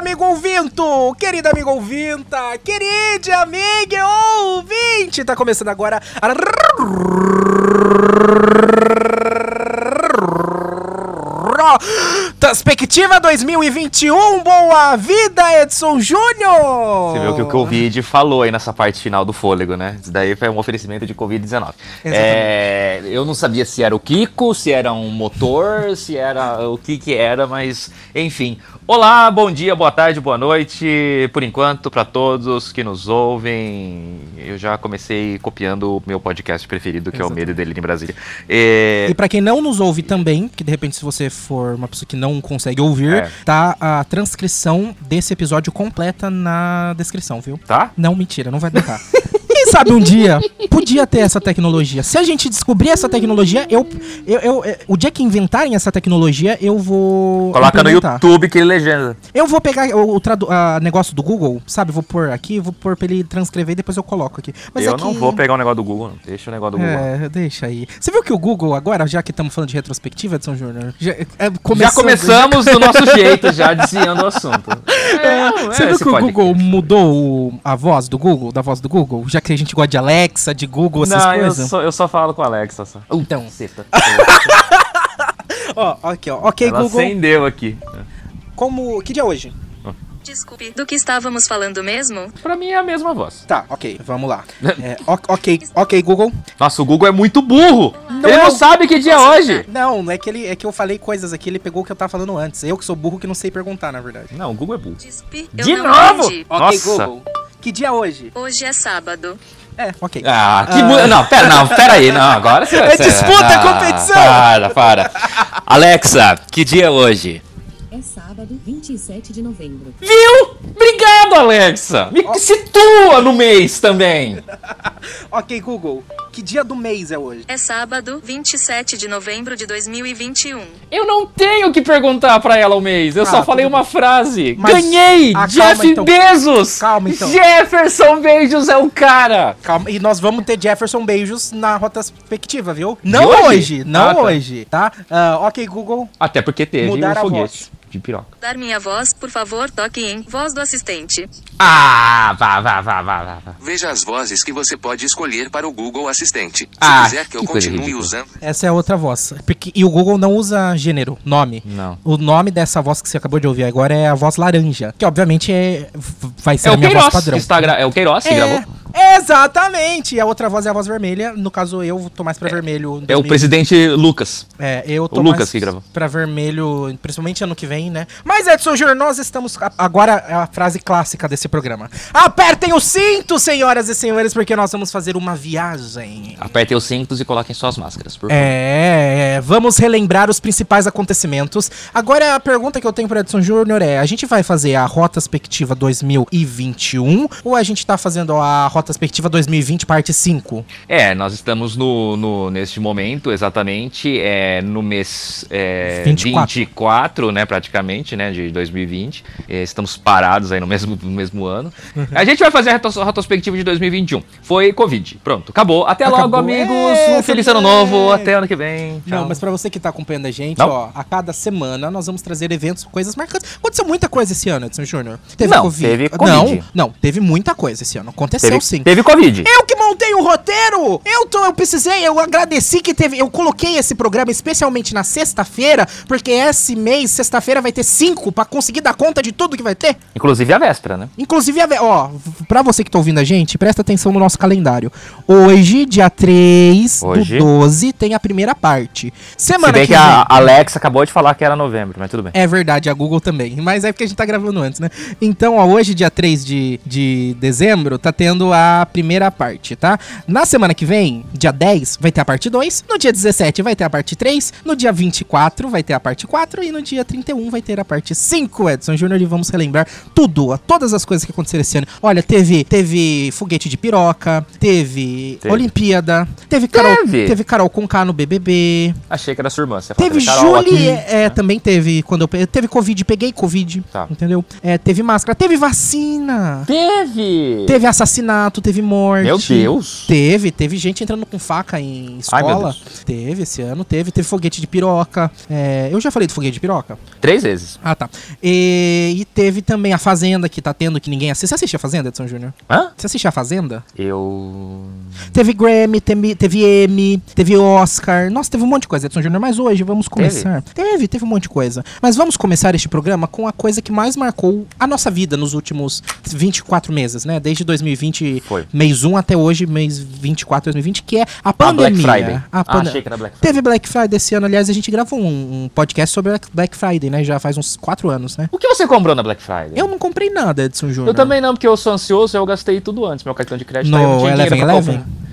amigo ouvinto, querida amiga ouvinta, querida amiga ouvinte, tá começando agora a Perspectiva 2021, boa vida, Edson Júnior! Você viu que o Covid falou aí nessa parte final do fôlego, né? Isso daí foi um oferecimento de Covid-19. Eu não sabia se era o Kiko, se era um motor, se era o que era, mas enfim. Olá, bom dia, boa tarde, boa noite, por enquanto, para todos que nos ouvem. Eu já comecei copiando o meu podcast preferido, que é o Medo e Delírio em Brasília. E para quem não nos ouve também, que de repente se você for uma pessoa que não consegue ouvir, tá a transcrição desse episódio completa na descrição, viu? Tá? Não, mentira, não vai botar. Quem sabe um dia podia ter essa tecnologia. Se a gente descobrir essa tecnologia, o dia que inventarem essa tecnologia, eu vou coloca no YouTube que ele legenda. Eu vou pegar o negócio do Google, sabe? Vou pôr aqui, vou pôr pra ele transcrever e depois eu coloco aqui. Mas eu não vou pegar o negócio do Google, não. Deixa o negócio do Google. Deixa aí. Você viu que o Google agora, já que estamos falando de retrospectiva, Edson Júnior, já começamos do nosso jeito, já desviando o assunto. Você viu que o Google mudou a voz do Google, da voz do Google? Já que a gente gosta de Alexa, de Google, essas coisas. Eu só falo com a Alexa. Só. Então. Aqui, ó. Ok, ela Google. Acendeu aqui. Que dia é hoje? Desculpe, do que estávamos falando mesmo? Pra mim é a mesma voz. Tá, ok, vamos lá. Ok, Google. Nossa, o Google é muito burro. Ele não sabe que dia é hoje. Não, é que eu falei coisas aqui, ele pegou o que eu tava falando antes. Eu que sou burro que não sei perguntar, na verdade. Não, o Google é burro. Desculpe, de novo? Entendi. Ok, Nossa. Google. Que dia é hoje? Hoje é sábado. Ok. Não, pera aí. Não, agora você... É disputa, competição! Para. Alexa, que dia é hoje? É sábado, 27 de novembro. Viu? Obrigado, Alexa. Me situa no mês também. Ok, Google. Que dia do mês é hoje? É sábado, 27 de novembro de 2021. Eu não tenho que perguntar pra ela o mês. Eu só falei uma frase. Mas... Ganhei! Jeff Bezos! Calma, então. Jefferson Bezos é o cara! Calma, e nós vamos ter Jefferson Bezos na Rotaspectiva, viu? De Não hoje? hoje, tá? Ok, Google. Até porque teve Mudar o a foguete voz. de piroca. Dar minha voz, por favor, toque em voz do assistente. Vá. Veja as vozes que você pode escolher para o Google Assistente. Se Ah, quiser que eu que coisa continue ridícula. usando... Essa é outra voz. E o Google não usa gênero, nome. Não. O nome dessa voz que você acabou de ouvir agora é a voz laranja. Que obviamente vai ser É a o minha Queiroz voz padrão. é o Queiroz que gravou? Exatamente! A outra voz é a voz vermelha. No caso, eu tô mais pra vermelho. É o presidente Lucas. Eu tô O Lucas mais que gravou. pra vermelho, principalmente ano que vem, né? Mas, Edson Júnior, nós estamos... Agora é a frase clássica desse programa. Apertem o cinto, senhoras e senhores, porque nós vamos fazer uma viagem. Apertem os cintos e coloquem suas máscaras, por favor. Vamos relembrar os principais acontecimentos. Agora, a pergunta que eu tenho para Edson Júnior é: a gente vai fazer a Rotaspectiva 2021 ou a gente tá fazendo a Rotaspectiva 2020 parte 5? Nós estamos neste momento, exatamente, no mês 24, né, praticamente, né, de 2020. Estamos parados aí no mesmo ano. A gente vai fazer a retrospectiva de 2021. Foi Covid. Pronto, acabou. Até logo, amigos. Um feliz ano novo. Até ano que vem. Tchau. Não, mas pra você que tá acompanhando a gente, Não. ó, a cada semana nós vamos trazer eventos, coisas marcantes. Aconteceu muita coisa esse ano, Edson Júnior. Teve Covid. Não, teve muita coisa esse ano. Aconteceu sim. Teve Covid. Eu que montei o roteiro! Eu agradeci que teve. Eu coloquei esse programa especialmente na sexta-feira, porque esse mês, sexta-feira, vai ter 5 pra conseguir dar conta de tudo que vai ter. Inclusive a véspera, né? Inclusive, pra você que tá ouvindo a gente, presta atenção no nosso calendário. Hoje, dia 3 do 12, tem a primeira parte. Semana Se bem que que vem... a Alexa acabou de falar que era novembro, mas tudo bem. É verdade, a Google também. Mas é porque a gente tá gravando antes, né? Então, hoje, dia 3 de dezembro, tá tendo a primeira parte, tá? Na semana que vem, dia 10, vai ter a parte 2. No dia 17, vai ter a parte 3. No dia 24, vai ter a parte 4. E no dia 31, vai ter a parte 5, Edson Júnior. E vamos relembrar todas as coisas que aconteceram esse ano. Olha, teve foguete de piroca, teve Olimpíada, teve Carol Conká no BBB. Achei que era sua irmã. Teve Julie, também teve, teve Covid, peguei Covid, entendeu? Teve máscara, teve vacina. Teve assassinato, teve morte. Meu Deus! Teve gente entrando com faca em Ai, meu escola. Deus. Teve esse ano, teve foguete de piroca. Eu já falei do foguete de piroca? 3 vezes. Ah, tá. E teve também a Fazenda, que tá tendo, que ninguém assiste. Você assiste a Fazenda, Edson Júnior? Hã? Você assiste a Fazenda? Eu... Teve Grammy, teve Emmy, teve Oscar. Nossa, teve um monte de coisa, Edson Júnior. Mas hoje vamos começar. Teve um monte de coisa. Mas vamos começar este programa com a coisa que mais marcou a nossa vida nos últimos 24 meses, né? Desde 2020, Foi. mês 1 até hoje, mês 24 de 2020, que é a pandemia. Black Friday. Achei que era Black Friday. Teve Black Friday esse ano. Aliás, a gente gravou um podcast sobre a Black Friday, né? Já faz uns 4 anos, né? O que você comprou na Black Friday? Eu não comprei nada, Edson Júnior. Eu também não, porque eu sou ansioso, eu gastei tudo antes. Meu cartão de crédito No aí eu não tinha dinheiro pra Eleven? comprar.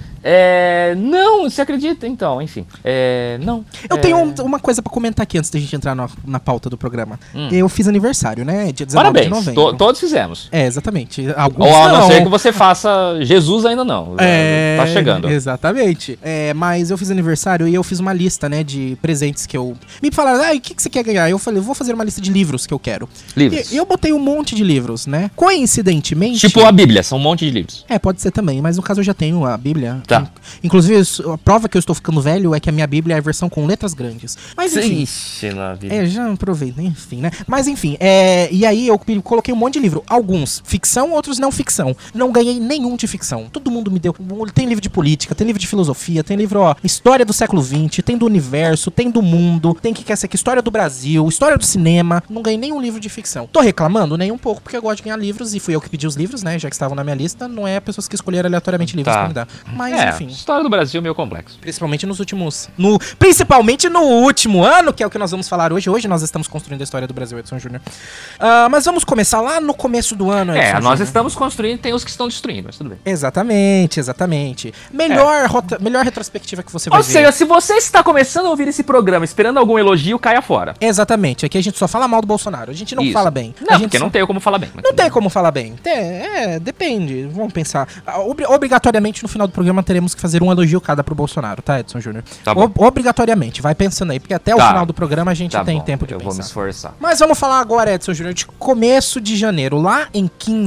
Não, você acredita? Então, enfim. Não. Eu tenho uma coisa pra comentar aqui antes da gente entrar na pauta do programa. Eu fiz aniversário, né? Dia 19 Parabéns, de novembro. todos fizemos. Exatamente. Alguns Ou a não não. ser que você faça Jesus ainda não. Tá chegando. Exatamente. Mas eu fiz aniversário e eu fiz uma lista, né, de presentes que eu... Me falaram, o que você quer ganhar? Eu falei, vou fazer uma lista de livros que eu quero. Livros. E eu botei um monte de livros, né? Coincidentemente... Tipo a Bíblia, são um monte de livros. Pode ser também, mas no caso eu já tenho a Bíblia. Tá. Inclusive, a prova que eu estou ficando velho é que a minha Bíblia é a versão com letras grandes. Mas enfim... Ixi, na Bíblia. Já aproveitei, enfim, né? Mas enfim, e aí eu coloquei um monte de livro. Alguns ficção, outros não ficção. Não ganhei nenhum de ficção. Todo mundo me deu. Tem livro de política, tem livro de filosofia, tem livro, história do século XX, tem do universo, tem do mundo, tem que essa aqui, história do Brasil, história do cinema. Não ganhei nenhum livro de ficção. Tô reclamando? Nem um pouco, porque eu gosto de ganhar livros e fui eu que pedi os livros, né? Já que estavam na minha lista, não é pessoas que escolheram aleatoriamente livros pra me dar. Mas enfim. História do Brasil é meio complexo. Principalmente nos últimos... Principalmente no último ano, que é o que nós vamos falar hoje. Hoje nós estamos construindo a história do Brasil, Edson Júnior. Mas vamos começar lá no começo do ano, Edson Nós Júnior. estamos construindo, tem os que estão destruindo, mas tudo bem. Exatamente. Melhor retrospectiva que você vai Ou ver. seja, se você está começando a ouvir esse programa esperando algum elogio, caia fora. Exatamente. Aqui a gente só fala mal do Bolsonaro. A gente não Isso. fala bem. Não, A gente porque só... não tem como falar bem. Não tem como falar bem. Depende. Vamos pensar. Obrigatoriamente, no final do programa, teremos que fazer um elogio cada pro Bolsonaro, tá, Edson Júnior? Tá bom. Obrigatoriamente. Vai pensando aí, porque até o final do programa a gente tem bom, tempo de eu pensar. vou me esforçar. Mas vamos falar agora, Edson Júnior, de começo de janeiro. Lá em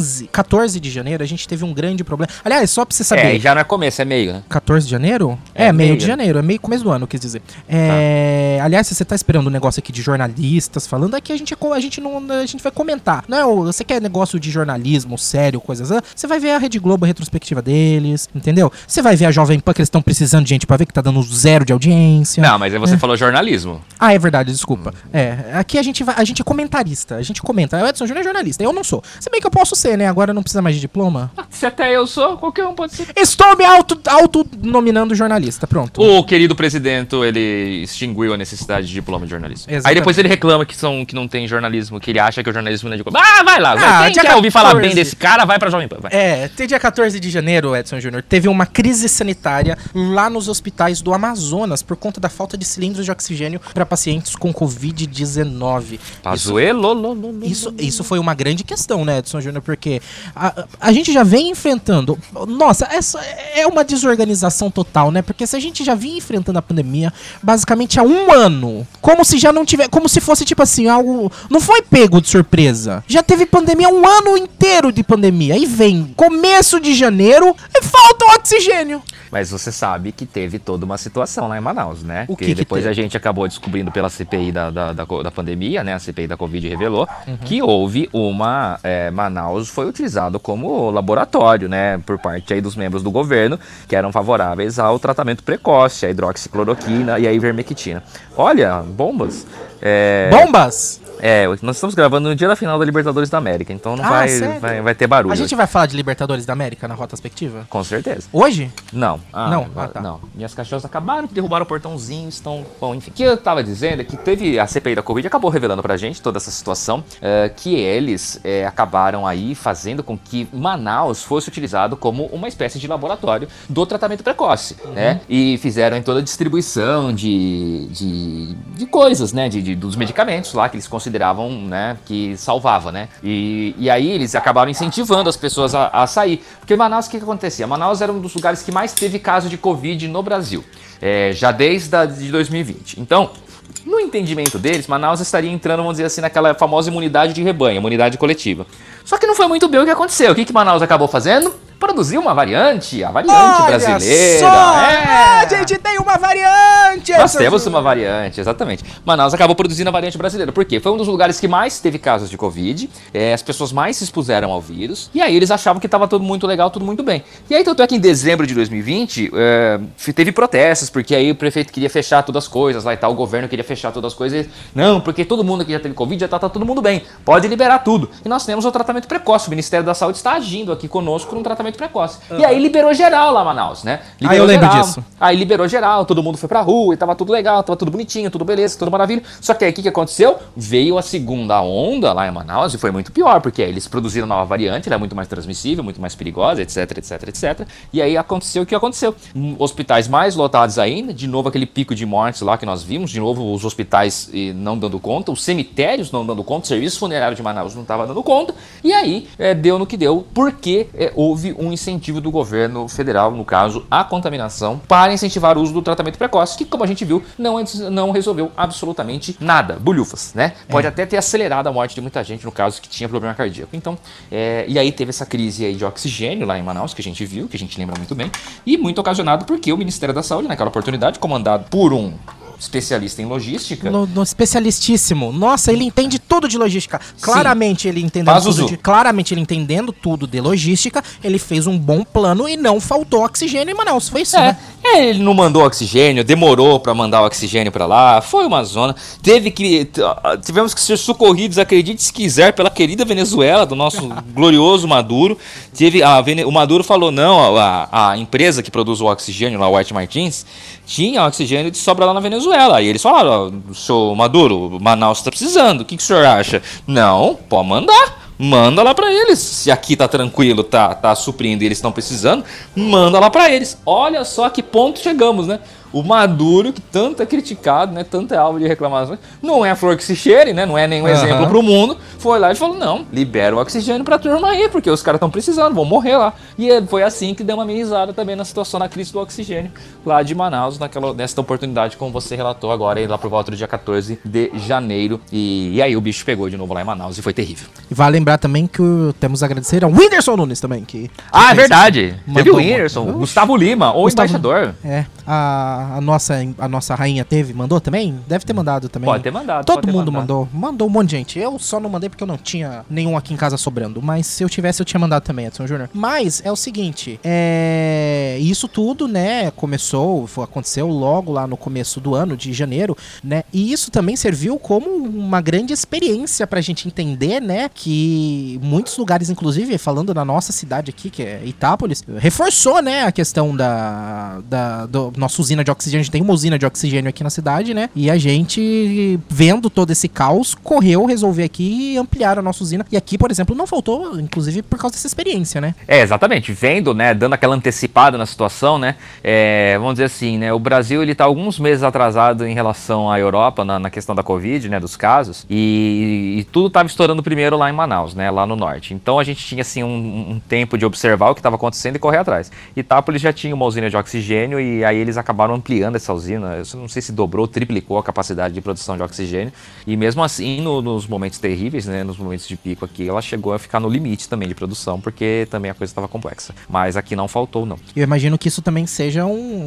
14 de janeiro, a gente teve um grande problema. Aliás, só pra você saber... Já não é começo, é meio, né? 14 de janeiro? Meio de janeiro. É meio começo do ano, eu quis dizer. Aliás, se você tá esperando um negócio aqui de jornalistas falando, aqui a gente vai comentar. Não, você quer negócio de jornalismo sério, coisas assim, você vai ver a Rede Globo, a retrospectiva deles, entendeu? Você vai ver a Jovem Pan, que eles estão precisando de gente pra ver que tá dando 0 de audiência. Não, mas aí você falou jornalismo. É verdade, desculpa. Aqui a gente é comentarista, a gente comenta. O Edson Júnior é jornalista, eu não sou. Se bem que eu posso ser, né? Agora não precisa mais de diploma. Se até eu sou, qualquer um pode ser. Estou me auto-nominando jornalista, pronto. O querido presidente, ele extinguiu a necessidade de diploma de jornalismo. Exatamente. Aí depois ele reclama que não tem jornalismo, que ele acha que o jornalismo não é de... vai lá, quem dia quer ouvir falar 14. bem desse cara, vai pra Jovem Pan, vai. Tem dia 14 de janeiro, Edson Júnior, teve uma crise sanitária lá nos hospitais do Amazonas por conta da falta de cilindros de oxigênio para pacientes com Covid-19. Isso foi uma grande questão, né, Edson Júnior, porque a gente já vem enfrentando... Nossa, essa é uma desorganização total, né? Porque se a gente já vinha enfrentando a pandemia basicamente há um ano, como se já não tivesse... Como se fosse, tipo assim, algo... Não foi pego de surpresa. Já teve pandemia, um ano inteiro de pandemia. Aí vem começo de janeiro e falta o oxigênio. Mas você sabe que teve toda uma situação lá em Manaus, né? O que depois teve? a gente acabou descobrindo pela CPI da pandemia, né? A CPI da Covid revelou que houve uma... Manaus foi utilizado como laboratório, né? Por parte aí dos membros do governo que eram favoráveis ao tratamento precoce, a hidroxicloroquina e a ivermectina. Olha, bombas. Bombas? Nós estamos gravando no dia da final da Libertadores da América, então não sério? vai ter barulho. A gente vai falar de Libertadores da América na retrospectiva? Com certeza. Hoje? Não. Tá. Não. Minhas cachorras acabaram de derrubar o portãozinho, estão... Bom, enfim. O que eu tava dizendo é que teve a CPI da Covid, acabou revelando pra gente toda essa situação, que eles acabaram aí fazendo com que Manaus fosse utilizado como uma espécie de laboratório do tratamento precoce, né? E fizeram em toda a distribuição de coisas, né? Dos medicamentos lá que eles consideravam, né? Que salvava, né? E aí eles acabaram incentivando as pessoas a sair. Porque Manaus, o que acontecia? Manaus era um dos lugares que mais teve caso de Covid no Brasil, já desde de 2020. Então, no entendimento deles, Manaus estaria entrando, vamos dizer assim, naquela famosa imunidade de rebanho, imunidade coletiva. Só que não foi muito bem o que aconteceu. O que Manaus acabou fazendo? produziu uma variante, a variante Olha brasileira. só! A gente tem uma variante! Nós temos uma variante, exatamente. Manaus acabou produzindo a variante brasileira. Por quê? Foi um dos lugares que mais teve casos de Covid, as pessoas mais se expuseram ao vírus, e aí eles achavam que estava tudo muito legal, tudo muito bem. E aí, tanto é que em dezembro de 2020, teve protestos, porque aí o prefeito queria fechar todas as coisas lá e tal, o governo queria fechar todas as coisas. Não, porque todo mundo aqui já teve Covid, já tá todo mundo bem, pode liberar tudo. E nós temos o tratamento precoce, o Ministério da Saúde está agindo aqui conosco no tratamento precoce. E aí liberou geral lá Manaus, né? Liberou eu lembro geral, disso. Aí liberou geral, todo mundo foi pra rua e tava tudo legal, tava tudo bonitinho, tudo beleza, tudo maravilha. Só que aí o que aconteceu? Veio a segunda onda lá em Manaus e foi muito pior, porque aí eles produziram nova variante, ela é muito mais transmissível, muito mais perigosa, etc, etc, etc. E aí aconteceu o que aconteceu. Hospitais mais lotados ainda, de novo aquele pico de mortes lá que nós vimos, de novo os hospitais não dando conta, os cemitérios não dando conta, o serviço funerário de Manaus não estava dando conta, e aí deu no que deu, porque houve um incentivo do governo federal, no caso, a contaminação, para incentivar o uso do tratamento precoce, que, como a gente viu, não resolveu absolutamente nada. Bulhufas, né? Pode até ter acelerado a morte de muita gente, no caso, que tinha problema cardíaco. Então, e aí teve essa crise aí de oxigênio lá em Manaus, que a gente viu, que a gente lembra muito bem, e muito ocasionado porque o Ministério da Saúde, naquela oportunidade, comandado por um especialista em logística. No especialistíssimo. Nossa, ele entende tudo de logística. Claramente ele entendendo tudo de logística, ele fez um bom plano e não faltou oxigênio em Manaus. Foi isso, né? Ele não mandou oxigênio, demorou pra mandar o oxigênio pra lá, foi uma zona. Tivemos que ser socorridos, acredite se quiser, pela querida Venezuela, do nosso glorioso Maduro. O Maduro falou, não, a empresa que produz o oxigênio, lá, o White Martins, tinha oxigênio de sobra lá na Venezuela. E eles falaram, senhor Maduro, Manaus tá precisando, o que o senhor acha? Não, pode mandar. Manda lá pra eles. Se aqui tá tranquilo, tá suprindo e eles estão precisando, manda lá pra eles. Olha só que ponto chegamos, né? O Maduro, que tanto é criticado, né? Tanto é alvo de reclamações, não é a flor que se cheire, né? Não é nenhum exemplo pro mundo. Foi lá e falou, não, libera o oxigênio pra turma aí, porque os caras estão precisando, vão morrer lá. E foi assim que deu uma amenizada também na situação, na crise do oxigênio lá de Manaus, nessa oportunidade, como você relatou agora, aí lá por volta do dia 14 de janeiro. E aí o bicho pegou de novo lá em Manaus e foi terrível. E vale lembrar também que temos a agradecer ao Whindersson Nunes também. É verdade. Teve o Whindersson, Gustavo Lima, ou embaixador. A nossa rainha mandou também? Deve ter mandado também. Pode ter mandado. Todo mundo mandou. Mandou um monte de gente. Eu só não mandei porque eu não tinha nenhum aqui em casa sobrando. Mas se eu tivesse, eu tinha mandado também, Edson Júnior. Mas é o seguinte, isso tudo, né, aconteceu logo lá no começo do ano, de janeiro, né? E isso também serviu como uma grande experiência pra gente entender, né, que muitos lugares, inclusive, falando na nossa cidade aqui, que é Itápolis, reforçou, né, a questão da nossa usina de oxigênio. A gente tem uma usina de oxigênio aqui na cidade, né? E a gente, vendo todo esse caos, correu resolver aqui e ampliar a nossa usina. E aqui, por exemplo, não faltou, inclusive, por causa dessa experiência, né? Exatamente. Vendo, né, dando aquela antecipada na situação, né? Vamos dizer assim, né? O Brasil, ele tá alguns meses atrasado em relação à Europa, na questão da Covid, né? Dos casos. E tudo tava estourando primeiro lá em Manaus, né? Lá no norte. Então a gente tinha, assim, um tempo de observar o que estava acontecendo e correr atrás. Itápolis já tinha uma usina de oxigênio e aí eles acabaram ampliando essa usina. Eu não sei se dobrou, triplicou a capacidade de produção de oxigênio. E mesmo assim, nos momentos terríveis, né? Nos momentos de pico aqui, ela chegou a ficar no limite também de produção, porque também a coisa estava complexa. Mas aqui não faltou, não. Eu imagino que isso também seja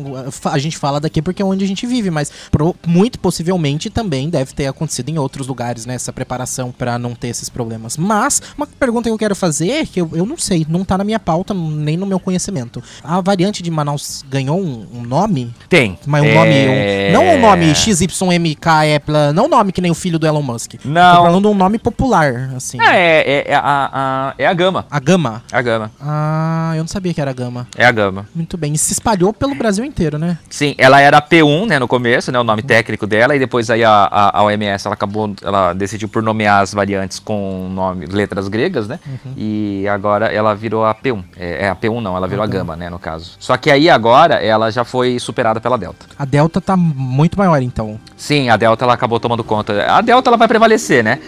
a gente fala daqui porque é onde a gente vive, mas muito possivelmente também deve ter acontecido em outros lugares, né? Essa preparação para não ter esses problemas. Mas, uma pergunta que eu quero fazer, que eu não sei, não tá na minha pauta, nem no meu conhecimento. A variante de Manaus ganhou um nome? Tem. Mas um nome, não um nome XYMKE, não um nome que nem o filho do Elon Musk. Não. Tô falando um nome popular, assim. É a Gama. A Gama? A Gama. Ah, eu não sabia que era a Gama. É a Gama. Muito bem. E se espalhou pelo Brasil inteiro, né? Sim, ela era a P1, né, no começo, né, o nome técnico dela, e depois aí a OMS, ela decidiu por nomear as variantes com letras gregas, né, e agora ela virou a P1. A P1 não, ela virou a Gama, né, no caso. Só que aí agora ela já foi foi superada pela Delta. A Delta tá muito maior, então. Sim, a Delta ela acabou tomando conta. A Delta ela vai prevalecer, né?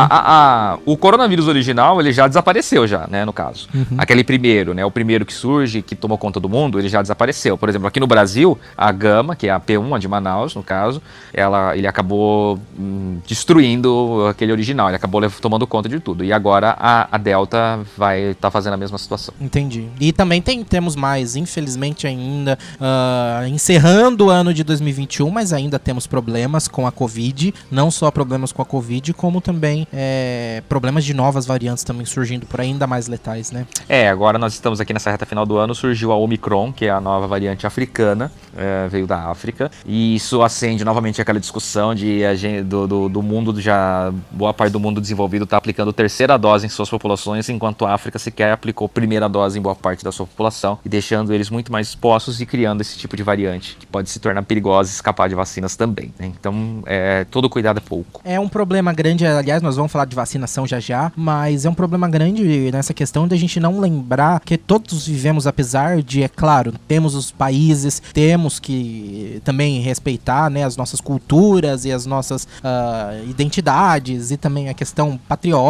O coronavírus original, ele já desapareceu já, né, no caso. Aquele primeiro, né, o primeiro que surge, que tomou conta do mundo, ele já desapareceu. Por exemplo, aqui no Brasil, a Gama, que é a P1, a de Manaus, no caso, ele acabou destruindo aquele original, ele acabou tomando conta de tudo. E agora a Delta vai estar fazendo a mesma situação. Entendi. E também temos mais, infelizmente ainda, encerrando o ano de 2021, mas ainda temos problemas com a Covid, não só problemas com a Covid, como também problemas de novas variantes também surgindo por aí, ainda mais letais, né? Agora nós estamos aqui nessa reta final do ano, surgiu a Omicron, que é a nova variante africana, veio da África, e isso acende novamente aquela discussão de do mundo, já boa parte do mundo desenvolvido está aplicando terceira dose em suas populações, enquanto a África sequer aplicou primeira dose em boa parte da sua população, e deixando eles muito mais expostos e criando esse tipo de variante, que pode se tornar perigosa e escapar de vacinas também, né? Então, todo cuidado é pouco. É um problema grande, aliás, nós vamos falar de vacinação já, mas é um problema grande nessa questão de a gente não lembrar que todos vivemos, apesar de, é claro, temos os países, temos que também respeitar, né, as nossas culturas e as nossas identidades, e também a questão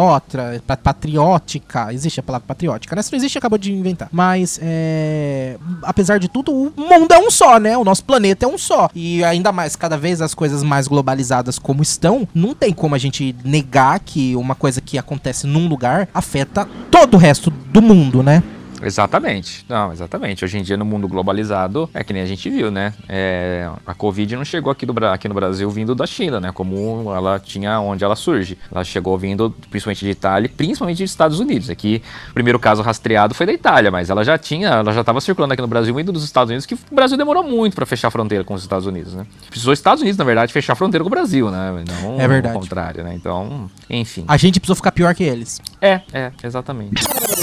patriótica, existe a palavra patriótica, né? Se não existe, acabou de inventar. Mas, apesar de tudo, o mundo é um só, né? O nosso planeta é um só. E ainda mais, cada vez as coisas mais globalizadas como estão, não tem como a gente negar que uma coisa que acontece num lugar afeta todo o resto do mundo, né? Exatamente. Não, exatamente. Hoje em dia, no mundo globalizado, é que nem a gente viu, né? A Covid não chegou aqui no Brasil vindo da China, né? Como ela tinha onde ela surge. Ela chegou vindo principalmente de Itália, principalmente dos Estados Unidos. Aqui, o primeiro caso rastreado foi da Itália, mas ela já estava circulando aqui no Brasil, vindo dos Estados Unidos, que o Brasil demorou muito para fechar a fronteira com os Estados Unidos, né? Precisou os Estados Unidos, na verdade, fechar a fronteira com o Brasil, né? Não é verdade. Ao contrário, né? Então, enfim. A gente precisou ficar pior que eles. Exatamente.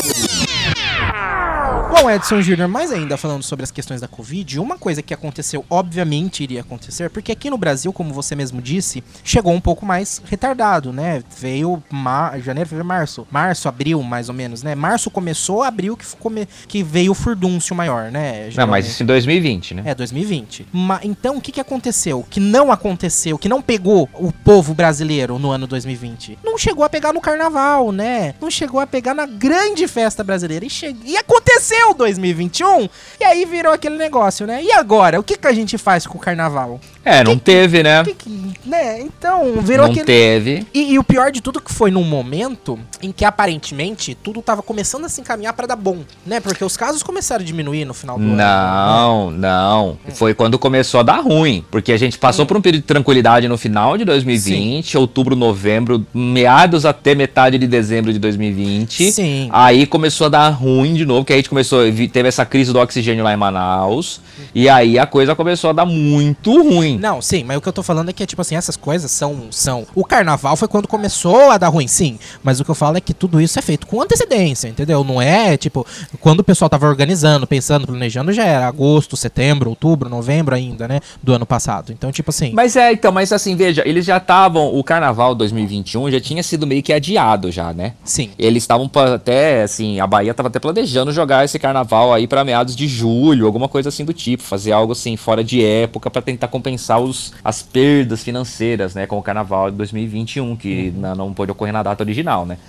Bom, Edson Júnior, mais ainda falando sobre as questões da Covid, uma coisa que aconteceu, obviamente iria acontecer, porque aqui no Brasil, como você mesmo disse, chegou um pouco mais retardado, né? Veio janeiro, fevereiro, março, abril, mais ou menos, né? Março começou, abril que veio o furdúncio maior, né? Não, mas isso em 2020, né? 2020. Então, o que aconteceu? Que não aconteceu, que não pegou o povo brasileiro no ano 2020? Não chegou a pegar no carnaval, né? Não chegou a pegar na grande festa brasileira. E aconteceu 2021, e aí virou aquele negócio, né? E agora? O que a gente faz com o carnaval? Não teve, né? Né? Então, virou não teve. E o pior de tudo que foi num momento em que, aparentemente, tudo tava começando a se encaminhar pra dar bom, né? Porque os casos começaram a diminuir no final do ano. Não. Foi quando começou a dar ruim. Porque a gente passou por um período de tranquilidade no final de 2020, Sim. outubro, novembro, meados até metade de dezembro de 2020. Sim. Aí começou a dar ruim de novo, que aí a gente teve essa crise do oxigênio lá em Manaus. E aí a coisa começou a dar muito ruim. Não, sim, mas o que eu tô falando é que, tipo assim, essas coisas são... O carnaval foi quando começou a dar ruim, sim. Mas o que eu falo é que tudo isso é feito com antecedência, entendeu? Não é, tipo, quando o pessoal tava organizando, pensando, planejando, já era agosto, setembro, outubro, novembro ainda, né? Do ano passado. Então, tipo assim... Mas assim, veja, eles já estavam... O carnaval 2021 já tinha sido meio que adiado já, né? Sim. Eles estavam até, assim, a Bahia tava até planejando jogar esse carnaval aí pra meados de julho, alguma coisa assim do tipo. Fazer algo assim, fora de época, pra tentar compensar as perdas financeiras, né, com o carnaval de 2021, que não pôde ocorrer na data original, né?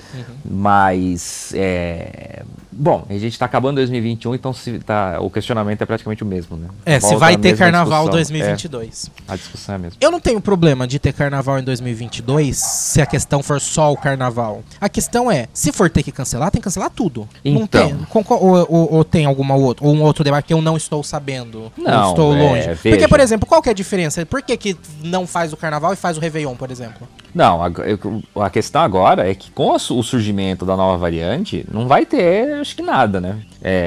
Mas, bom, a gente tá acabando 2021, então o questionamento é praticamente o mesmo, né? Se vai ter carnaval 2022. A discussão é a mesma. Eu não tenho problema de ter carnaval em 2022, se a questão for só o carnaval. A questão é, se for ter que cancelar, tem que cancelar tudo. Então. Não tem, ou tem um outro debate que eu não estou sabendo, não estou longe. Veja. Porque, por exemplo, qual que é a diferença? Por que não faz o carnaval e faz o Réveillon, por exemplo? Não, a questão agora é que com o surgimento da nova variante, não vai ter, acho que nada, né?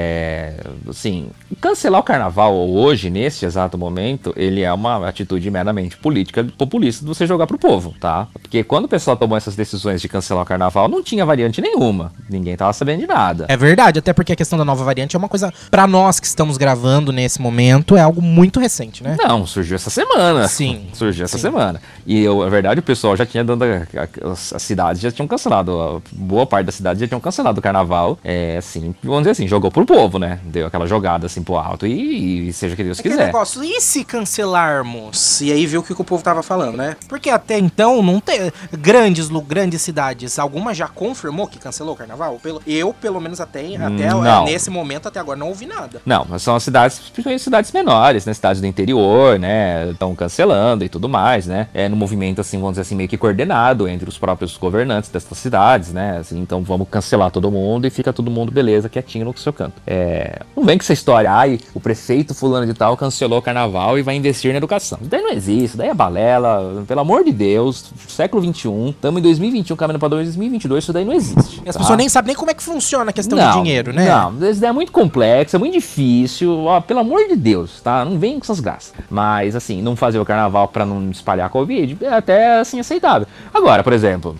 Assim, cancelar o carnaval hoje, nesse exato momento, ele é uma atitude meramente política, populista de você jogar pro povo, tá? Porque quando o pessoal tomou essas decisões de cancelar o carnaval, não tinha variante nenhuma. Ninguém tava sabendo de nada. É verdade, até porque a questão da nova variante é uma coisa, pra nós que estamos gravando nesse momento, é algo muito recente, né? Não, surgiu essa semana. Sim. Surgiu essa semana. E, na verdade, o pessoal já tinha dando... As cidades já tinham cancelado, boa parte da cidade já tinham cancelado o carnaval. Assim, vamos dizer assim, jogou jogou pro povo, né? Deu aquela jogada assim pro alto e seja o que Deus quiser. Negócio, e se cancelarmos? E aí viu o que o povo tava falando, né? Porque até então não tem grandes cidades, alguma já confirmou que cancelou o carnaval? Eu, pelo menos até nesse momento, até agora, não ouvi nada. Não, mas são as cidades, principalmente cidades menores, né? Cidades do interior, né? Estão cancelando e tudo mais, né? No movimento, assim, vamos dizer assim, meio que coordenado entre os próprios governantes dessas cidades, né? Assim, então vamos cancelar todo mundo e fica todo mundo, beleza, quietinho no seu canto. Não vem com essa história, o prefeito fulano de tal cancelou o carnaval e vai investir na educação. Isso daí não existe, isso daí é balela, pelo amor de Deus, século XXI, estamos em 2021, caminhando para 2022, isso daí não existe. E as pessoas nem sabem nem como é que funciona a questão de dinheiro, né? Não, isso daí é muito complexo, é muito difícil, pelo amor de Deus, tá? Não vem com essas graças. Mas, assim, não fazer o carnaval para não espalhar a Covid é até, assim, aceitável. Agora, por exemplo,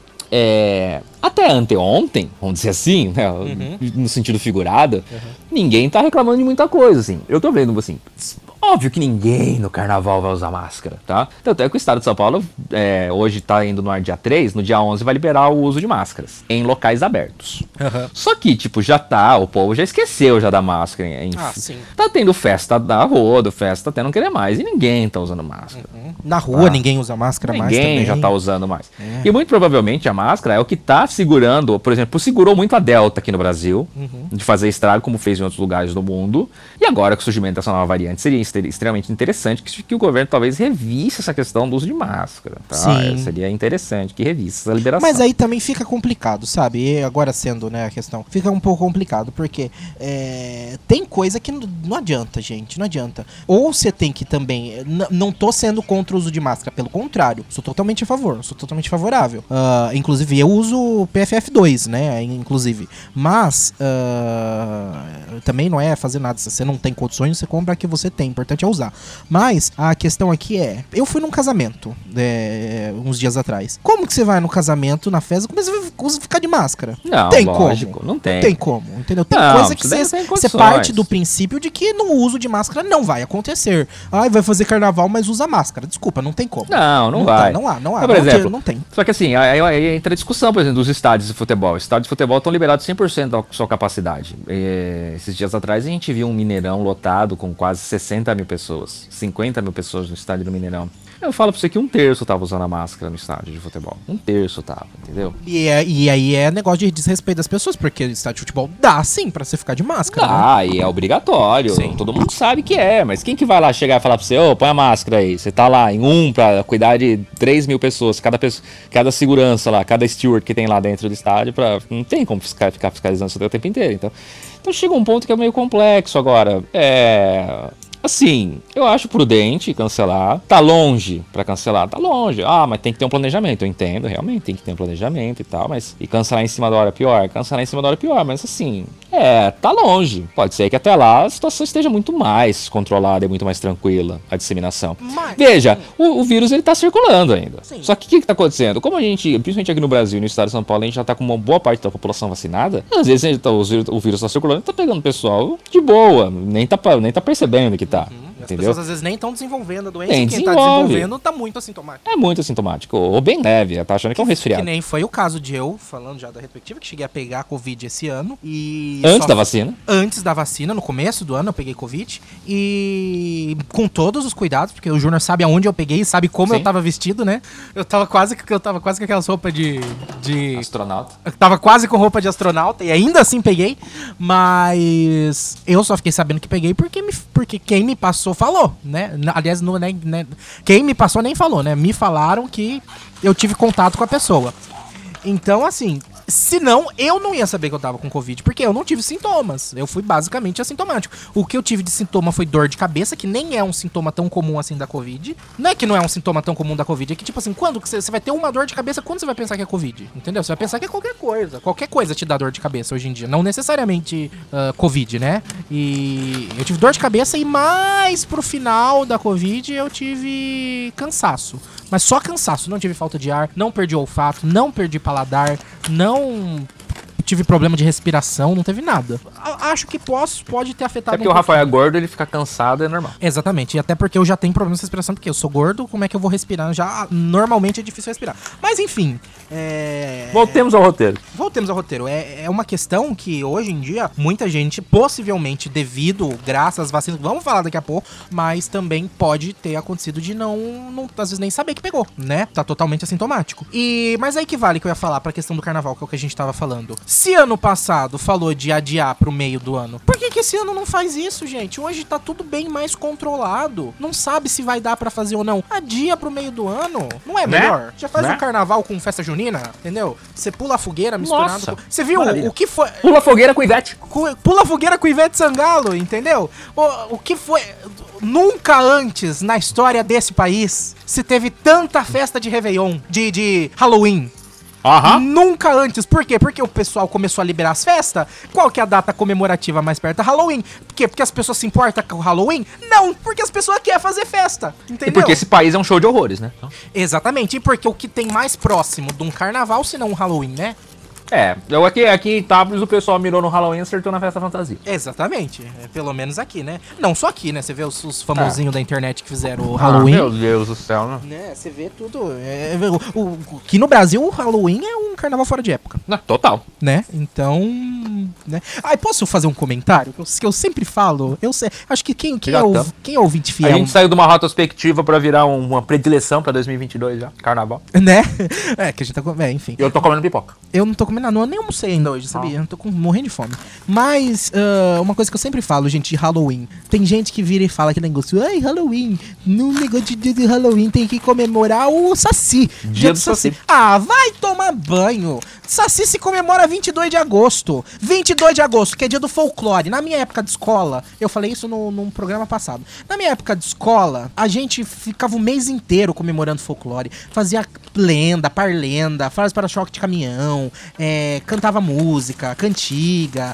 até anteontem, vamos dizer assim, né, no sentido figurado, ninguém tá reclamando de muita coisa, assim. Eu tô vendo, assim, óbvio que ninguém no carnaval vai usar máscara, tá? Tanto é que o estado de São Paulo, hoje tá indo no ar dia 3, no dia 11 vai liberar o uso de máscaras em locais abertos. Só que, tipo, o povo já esqueceu já da máscara. Sim. Tá tendo festa da rodo, festa até não querer mais, e ninguém tá usando máscara. Na rua ninguém usa máscara mais também. Ninguém já tá usando mais. E muito provavelmente a máscara é o que tá segurando, por exemplo, segurou muito a Delta aqui no Brasil, de fazer estrago, como fez em outros lugares do mundo. E agora com o surgimento dessa nova variante, seria extremamente interessante que o governo talvez revisse essa questão do uso de máscara. Tá? Sim. Seria interessante que revisse essa liberação. Mas aí também fica complicado, sabe? E agora sendo, né, a questão, fica um pouco complicado, porque tem coisa que não adianta, gente, não adianta. Ou você tem que também, não tô sendo contra o uso de máscara, pelo contrário, sou totalmente a favor, sou totalmente favorável. Inclusive, eu uso PFF2, né, inclusive. Mas, também não é fazer nada, se você não tem condições, você compra a que você tem, importante é usar. Mas, a questão aqui eu fui num casamento, uns dias atrás. Como que você vai no casamento, na festa, como você vai ficar de máscara? Não, tem lógico, como. não tem. Não tem como, entendeu? Tem Não, coisa que você parte do princípio de que no uso de máscara não vai acontecer. Vai fazer carnaval, mas usa máscara. Desculpa, não tem como. Não vai. Não há. Por exemplo, não tem. Só que assim, aí entra a discussão, por exemplo, dos estádios de futebol. Os estádios de futebol estão liberados 100% da sua capacidade. Esses dias atrás a gente viu um Mineirão lotado com quase 60 mil pessoas. 50 mil pessoas no estádio do Mineirão. Eu falo pra você que 1/3 tava usando a máscara no estádio de futebol. 1/3 tava, entendeu? E aí é negócio de desrespeito das pessoas, porque o estádio de futebol dá sim pra você ficar de máscara. E é obrigatório. Sim. Todo mundo sabe que mas quem que vai lá chegar e falar pra você, põe a máscara aí. Você tá lá em pra cuidar de 3 mil pessoas, cada segurança lá, cada steward que tem lá dentro do estádio, não tem como ficar fiscalizando isso o tempo inteiro. Então chega um ponto que é meio complexo agora. Assim, eu acho prudente cancelar. Tá longe pra cancelar? Tá longe. Mas tem que ter um planejamento. Eu entendo, realmente tem que ter um planejamento e tal. E cancelar em cima da hora é pior? Cancelar em cima da hora é pior. Mas assim, tá longe. Pode ser que até lá a situação esteja muito mais controlada e muito mais tranquila, a disseminação. Veja, o vírus ele tá circulando ainda. Sim. Só que o que tá acontecendo? Como a gente, principalmente aqui no Brasil e no estado de São Paulo, a gente já tá com uma boa parte da população vacinada, às vezes o vírus tá circulando e tá pegando o pessoal de boa. Nem tá percebendo que tá. As entendeu? pessoas às vezes nem estão desenvolvendo a doença. Quem Tá desenvolvendo tá muito assintomático. É muito assintomático. Ou bem leve, tá achando que é um resfriado. Que nem foi o caso de eu, falando já da retrospectiva, que cheguei a pegar a Covid esse ano. Antes da vacina? Antes da vacina, no começo do ano eu peguei Covid. E com todos os cuidados, porque o Júnior sabe aonde eu peguei, sabe como eu tava vestido, né? Eu tava quase com aquelas roupas de astronauta. Eu tava quase com roupa de astronauta e ainda assim peguei. Mas eu só fiquei sabendo que peguei porque quem me passou falou, né? Aliás, quem me passou nem falou, né? Me falaram que eu tive contato com a pessoa. Então, assim, senão eu não ia saber que eu tava com Covid, porque eu não tive sintomas. Eu fui basicamente assintomático. O que eu tive de sintoma foi dor de cabeça, que nem é um sintoma tão comum assim da Covid. Não é que não é um sintoma tão comum da Covid, é que, tipo assim, quando você vai ter uma dor de cabeça, quando você vai pensar que é Covid? Entendeu? Você vai pensar que é qualquer coisa. Qualquer coisa te dá dor de cabeça hoje em dia. Não necessariamente Covid, né? E eu tive dor de cabeça e mais pro final da Covid eu tive cansaço. Mas só cansaço, não tive falta de ar, não perdi olfato, não perdi paladar, não tive problema de respiração, não teve nada. Acho que pode ter afetado É porque o Rafael é gordo, ele fica cansado, é normal. Exatamente, e até porque eu já tenho problema de respiração, porque eu sou gordo, como é que eu vou respirar? Já, normalmente é difícil respirar. Mas enfim, Voltemos ao roteiro. Voltemos ao roteiro. É uma questão que hoje em dia muita gente, possivelmente devido, graças às vacinas, vamos falar daqui a pouco, mas também pode ter acontecido de não às vezes nem saber que pegou, né? Tá totalmente assintomático. Mas aí que vale que eu ia falar pra questão do carnaval, que é o que a gente tava falando. Se ano passado falou de adiar pro meio do ano, por que esse ano não faz isso, gente? Hoje tá tudo bem mais controlado. Não sabe se vai dar pra fazer ou não. Adia pro meio do ano. Não é melhor? Já faz um carnaval com festa junina, entendeu? Você pula a fogueira misturado. Nossa, com... Você viu o que foi... Pula fogueira com Ivete. Pula a fogueira com Ivete Sangalo, entendeu? O que foi... Nunca antes na história desse país se teve tanta festa de Réveillon, de Halloween. Nunca antes. Por quê? Porque o pessoal começou a liberar as festas. Qual que é a data comemorativa mais perto? Halloween. Por quê? Porque as pessoas se importam com o Halloween? Não, porque as pessoas querem fazer festa. Entendeu? E porque esse país é um show de horrores, né? Exatamente. E porque o que tem mais próximo de um carnaval, se não um Halloween, né? Eu aqui em Itápolis o pessoal mirou no Halloween e acertou na festa fantasia. Exatamente, pelo menos aqui, né? Não só aqui, né? Você vê os famosinhos da internet que fizeram o Halloween. Meu Deus do céu, né? Você vê tudo. Aqui no Brasil o Halloween é um carnaval fora de época. Total. Né? Então. Né? Posso fazer um comentário? Que eu sempre falo. Eu sei. Acho que quem é ouvinte fiel. A gente saiu de uma retrospectiva pra virar uma predileção pra 2022 já. Carnaval. Né? Que a gente tá com. Enfim. Eu tô comendo pipoca. Eu não tô comendo nada, eu nem almocei ainda hoje, sabia? Eu tô morrendo de fome. Mas, uma coisa que eu sempre falo, gente, de Halloween. Tem gente que vira e fala que negócio, ai, Halloween, no negócio de dia de Halloween tem que comemorar o Saci. Dia do Saci. Vai tomar banho. Saci se comemora 22 de agosto. 22 de agosto, que é dia do folclore. Na minha época de escola, eu falei isso num programa passado. Na minha época de escola, a gente ficava o mês inteiro comemorando folclore. Fazia lenda, parlenda, frase para choque de caminhão, cantava música, cantiga,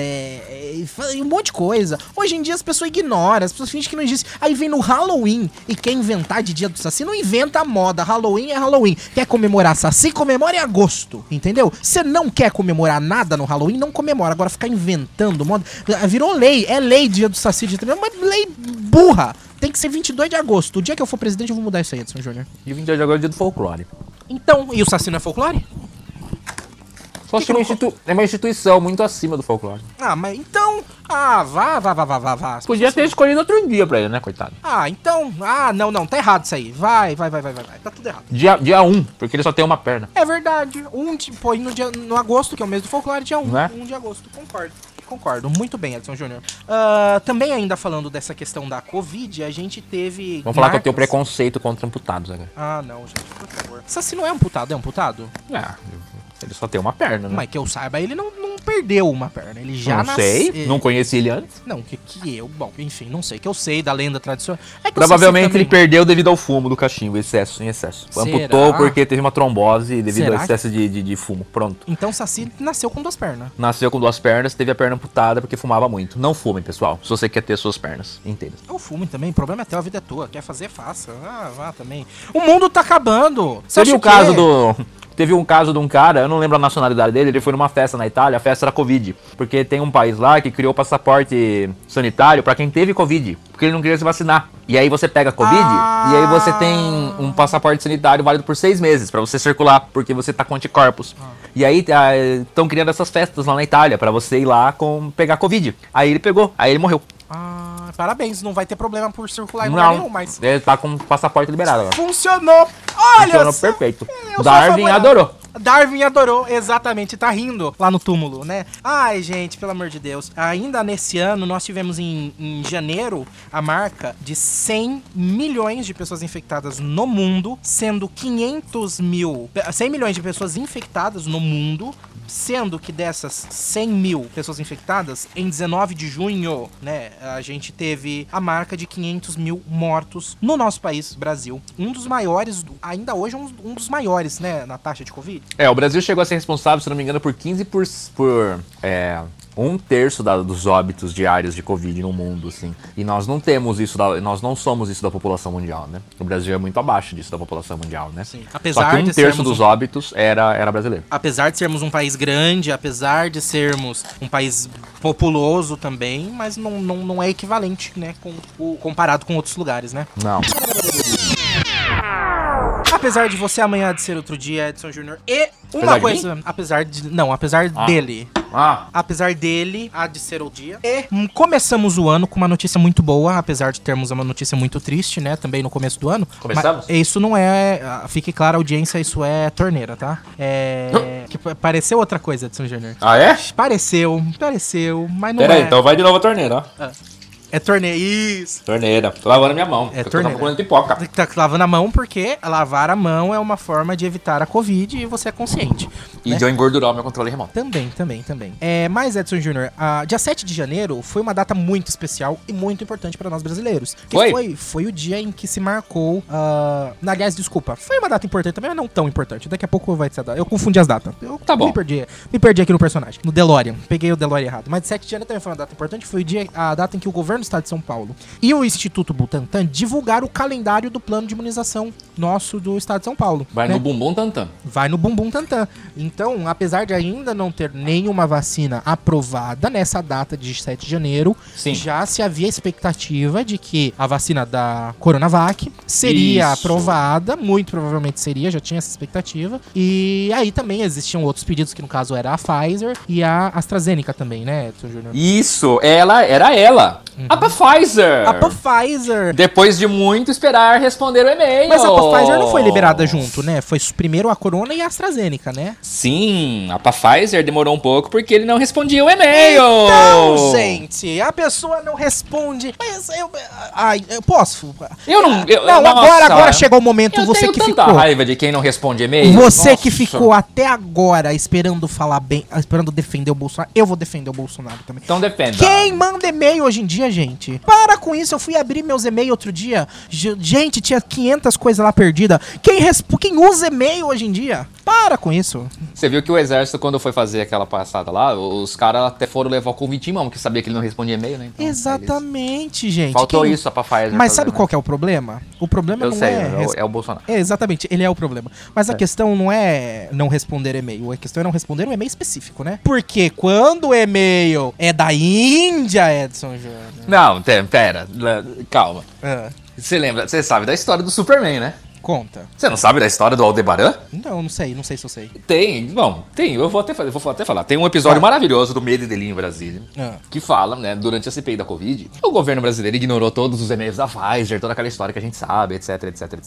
um monte de coisa. Hoje em dia as pessoas ignoram, as pessoas fingem que não existe. Aí vem no Halloween e quer inventar de dia do Saci, não inventa a moda. Halloween é Halloween. Quer comemorar Saci, comemora em agosto, entendeu? Você não quer comemorar nada no Halloween, não comemora. Agora ficar inventando moda, virou lei, é lei dia do Saci, mas lei burra. Tem que ser 22 de agosto. O dia que eu for presidente eu vou mudar isso aí, Edson Júnior. E 22 de agosto é dia do folclore. Então, e o Saci não é folclore? Só que é uma instituição muito acima do folclore. Mas então... vá. Podia ter escolhido outro dia pra ele, né, coitado? Então... não, tá errado isso aí. Vai. Tá tudo errado. Dia 1, porque ele só tem uma perna. É verdade. Põe no agosto, que é o mês do folclore, dia 1. Né? 1 de agosto, concordo. Muito bem, Edson Júnior. Também ainda falando dessa questão da Covid, a gente teve... Vamos falar que eu tenho preconceito contra amputados agora. Não, gente, por favor. Saci não é amputado, é amputado? Ele só tem uma perna, né? Mas que eu saiba, ele não perdeu uma perna. Ele já nasceu. Não sei, não conheci ele antes. Não, bom, enfim, não sei. Que eu sei da lenda tradicional. Provavelmente ele perdeu devido ao fumo do cachimbo, em excesso. Será? Amputou porque teve uma trombose devido ao Será excesso de fumo. Pronto. Então o Saci nasceu com 2 pernas. Nasceu com 2 pernas, teve a perna amputada porque fumava muito. Não fumem, pessoal, se você quer ter suas pernas inteiras. Eu fumo também, o problema é teu, a vida é tua. Quer fazer, faça. Vá também. O mundo tá acabando. Teve um caso de um cara, eu não lembro a nacionalidade dele, ele foi numa festa na Itália, a festa era Covid. Porque tem um país lá que criou passaporte sanitário pra quem teve Covid, porque ele não queria se vacinar. E aí você pega Covid e aí você tem um passaporte sanitário válido por 6 meses pra você circular, porque você tá com anticorpos. E aí estão criando essas festas lá na Itália pra você ir lá pegar Covid. Aí ele pegou, aí ele morreu. Parabéns, não vai ter problema por circular em lugar nenhum, mas... Ele tá com o passaporte liberado agora. Funcionou! Funcionou perfeito. Darwin adorou, exatamente, tá rindo lá no túmulo, né? Ai, gente, pelo amor de Deus. Ainda nesse ano, nós tivemos em janeiro a marca de 100 milhões de pessoas infectadas no mundo, sendo 100 milhões de pessoas infectadas no mundo, sendo que dessas 100 mil pessoas infectadas, em 19 de junho, né, a gente teve a marca de 500 mil mortos no nosso país, Brasil. Um dos maiores, ainda hoje um dos maiores, né, na taxa de Covid. O Brasil chegou a ser responsável, se não me engano, por 15%, 1/3 dos óbitos diários de Covid no mundo, assim. E nós não temos isso, nós não somos isso da população mundial, né? O Brasil é muito abaixo disso da população mundial, né? Sim. Só Apesar que de 1/3 sermos dos óbitos era brasileiro. Apesar de sermos um país grande, apesar de sermos um país populoso também, mas não é equivalente, né, comparado com outros lugares, né? Não. Apesar de você amanhã de ser outro dia, Edson Júnior, e uma Apesar de coisa... Apesar dele. Apesar dele, há de ser o dia. E começamos o ano com uma notícia muito boa, apesar de termos uma notícia muito triste, né? Também no começo do ano. Começamos? Mas isso não é... Fique claro, audiência, isso é torneira, tá? Que pareceu outra coisa, Edson Júnior. Ah, é? Pareceu, mas não Peraí, é. então vai de novo a torneira, ó. É torneira, isso. Torneira. Tô lavando minha mão. É Eu tô torneira. comendo pipoca. Tá lavando a mão porque lavar a mão é uma forma de evitar a Covid e você é consciente. E né? de eu engordurar o meu controle remoto. Também. Mas, Edson Júnior, dia 7 de janeiro foi uma data muito especial e muito importante para nós brasileiros. Que foi o dia em que se marcou... aliás, desculpa, foi uma data importante também, mas não tão importante. Daqui a pouco vai ser a data. Eu confundi as datas. Tá bom. Me perdi aqui no personagem, no DeLorean. Peguei o DeLorean errado. Mas 7 de janeiro também foi uma data importante. Foi a data em que o governo do estado de São Paulo e o Instituto Butantan divulgaram o calendário do plano de imunização nosso do estado de São Paulo. Vai né? no bumbum tantan. Vai no bumbum tantan. Então, apesar de ainda não ter nenhuma vacina aprovada nessa data de 7 de janeiro, Sim. já se havia expectativa de que a vacina da Coronavac seria aprovada, muito provavelmente seria, já tinha essa expectativa. E aí também existiam outros pedidos, que no caso era a Pfizer e a AstraZeneca também, né, Edson Júnior? Isso, era ela. A Pfizer. A Pfizer. Depois de muito esperar responder o e-mail. Mas a Pfizer não foi liberada junto, né? Foi primeiro a Corona e a AstraZeneca, né? Sim, a Pfizer demorou um pouco porque ele não respondia o e-mail. Então, gente, a pessoa não responde. Mas eu posso. Agora chegou o momento, você que ficou. Raiva de quem não responde e-mail. Você que ficou até agora esperando falar bem, esperando defender o Bolsonaro. Eu vou defender o Bolsonaro também. Então defenda. Quem manda e-mail hoje em dia, gente? Para com isso, eu fui abrir meus e-mails outro dia. Gente, tinha 500 coisas lá perdidas. Quem usa e-mail hoje em dia? Para com isso. Você viu que o exército, quando foi fazer aquela passada lá, os caras até foram levar o convite em mão, porque sabia que ele não respondia e-mail, né? Então, exatamente, gente. Faltou isso pra Pfizer. Mas sabe qual que é o problema? O problema Eu não sei, é... é o Bolsonaro. Exatamente, ele é o problema. Mas a questão não é não responder e-mail, a questão é não responder um e-mail específico, né? Porque quando o e-mail é da Índia, Edson Júnior... Não, pera, calma. Ah, Você sabe da história do Superman, né? conta. Você não sabe da história do Aldebaran? Não sei se eu sei. Tem, eu vou até falar. Tem um episódio maravilhoso do Medo e Delírio em Brasília, que fala, né, durante a CPI da Covid, o governo brasileiro ignorou todos os e-mails da Pfizer, toda aquela história que a gente sabe, etc.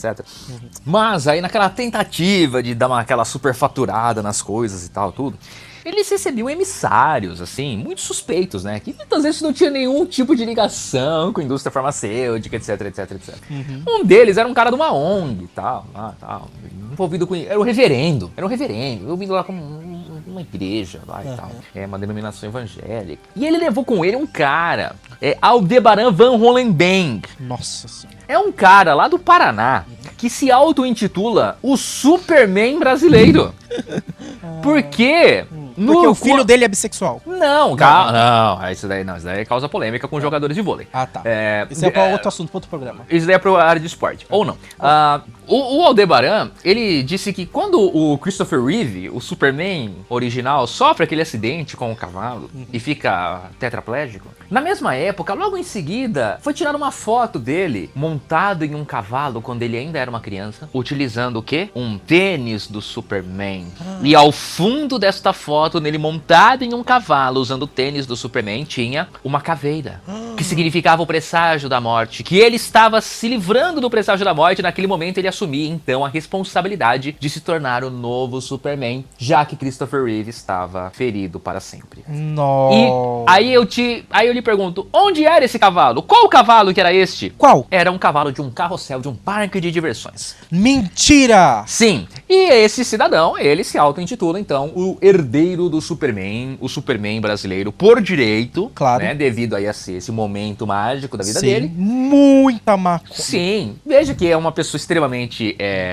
Mas aí naquela tentativa de dar aquela superfaturada nas coisas e tal, tudo, eles recebiam emissários, assim, muito suspeitos, né? Que muitas vezes não tinha nenhum tipo de ligação com a indústria farmacêutica, etc. Um deles era um cara de uma ONG e tal, envolvido com... Era um reverendo, eu vim lá com uma igreja lá e tal, uma denominação evangélica. E ele levou com ele um cara, Aldebaran Van Hollenbeng. Nossa Senhora. É um cara lá do Paraná que se auto-intitula o Superman brasileiro. Por quê? Porque o filho dele é bissexual. Não, isso daí causa polêmica com jogadores de vôlei. Ah, tá. Isso é pra outro assunto, pra outro programa. Isso daí é pra área de esporte, ou não. O Aldebaran, ele disse que quando o Christopher Reeve, o Superman original, sofre aquele acidente com o cavalo e fica tetraplégico, na mesma época, logo em seguida, foi tirada uma foto dele montado em um cavalo quando ele ainda era uma criança, utilizando o quê? Um tênis do Superman. E ao fundo desta foto, nele montado em um cavalo, usando o tênis do Superman, tinha uma caveira, que significava o presságio da morte, que ele estava se livrando do presságio da morte, e naquele momento ele assumia, então, a responsabilidade de se tornar o novo Superman, já que Christopher Reeve estava ferido para sempre. Nossa. E aí eu lhe pergunto, onde era esse cavalo? Qual cavalo que era este? Qual? Era um cavalo de um carrossel, de um parque de diversões. Mentira! Sim, E esse cidadão, ele se auto-intitula, então, o herdeiro do Superman, o Superman brasileiro por direito, Claro. né, devido aí a ser esse momento mágico da vida Sim, dele. muita maconha. Sim, veja que é uma pessoa extremamente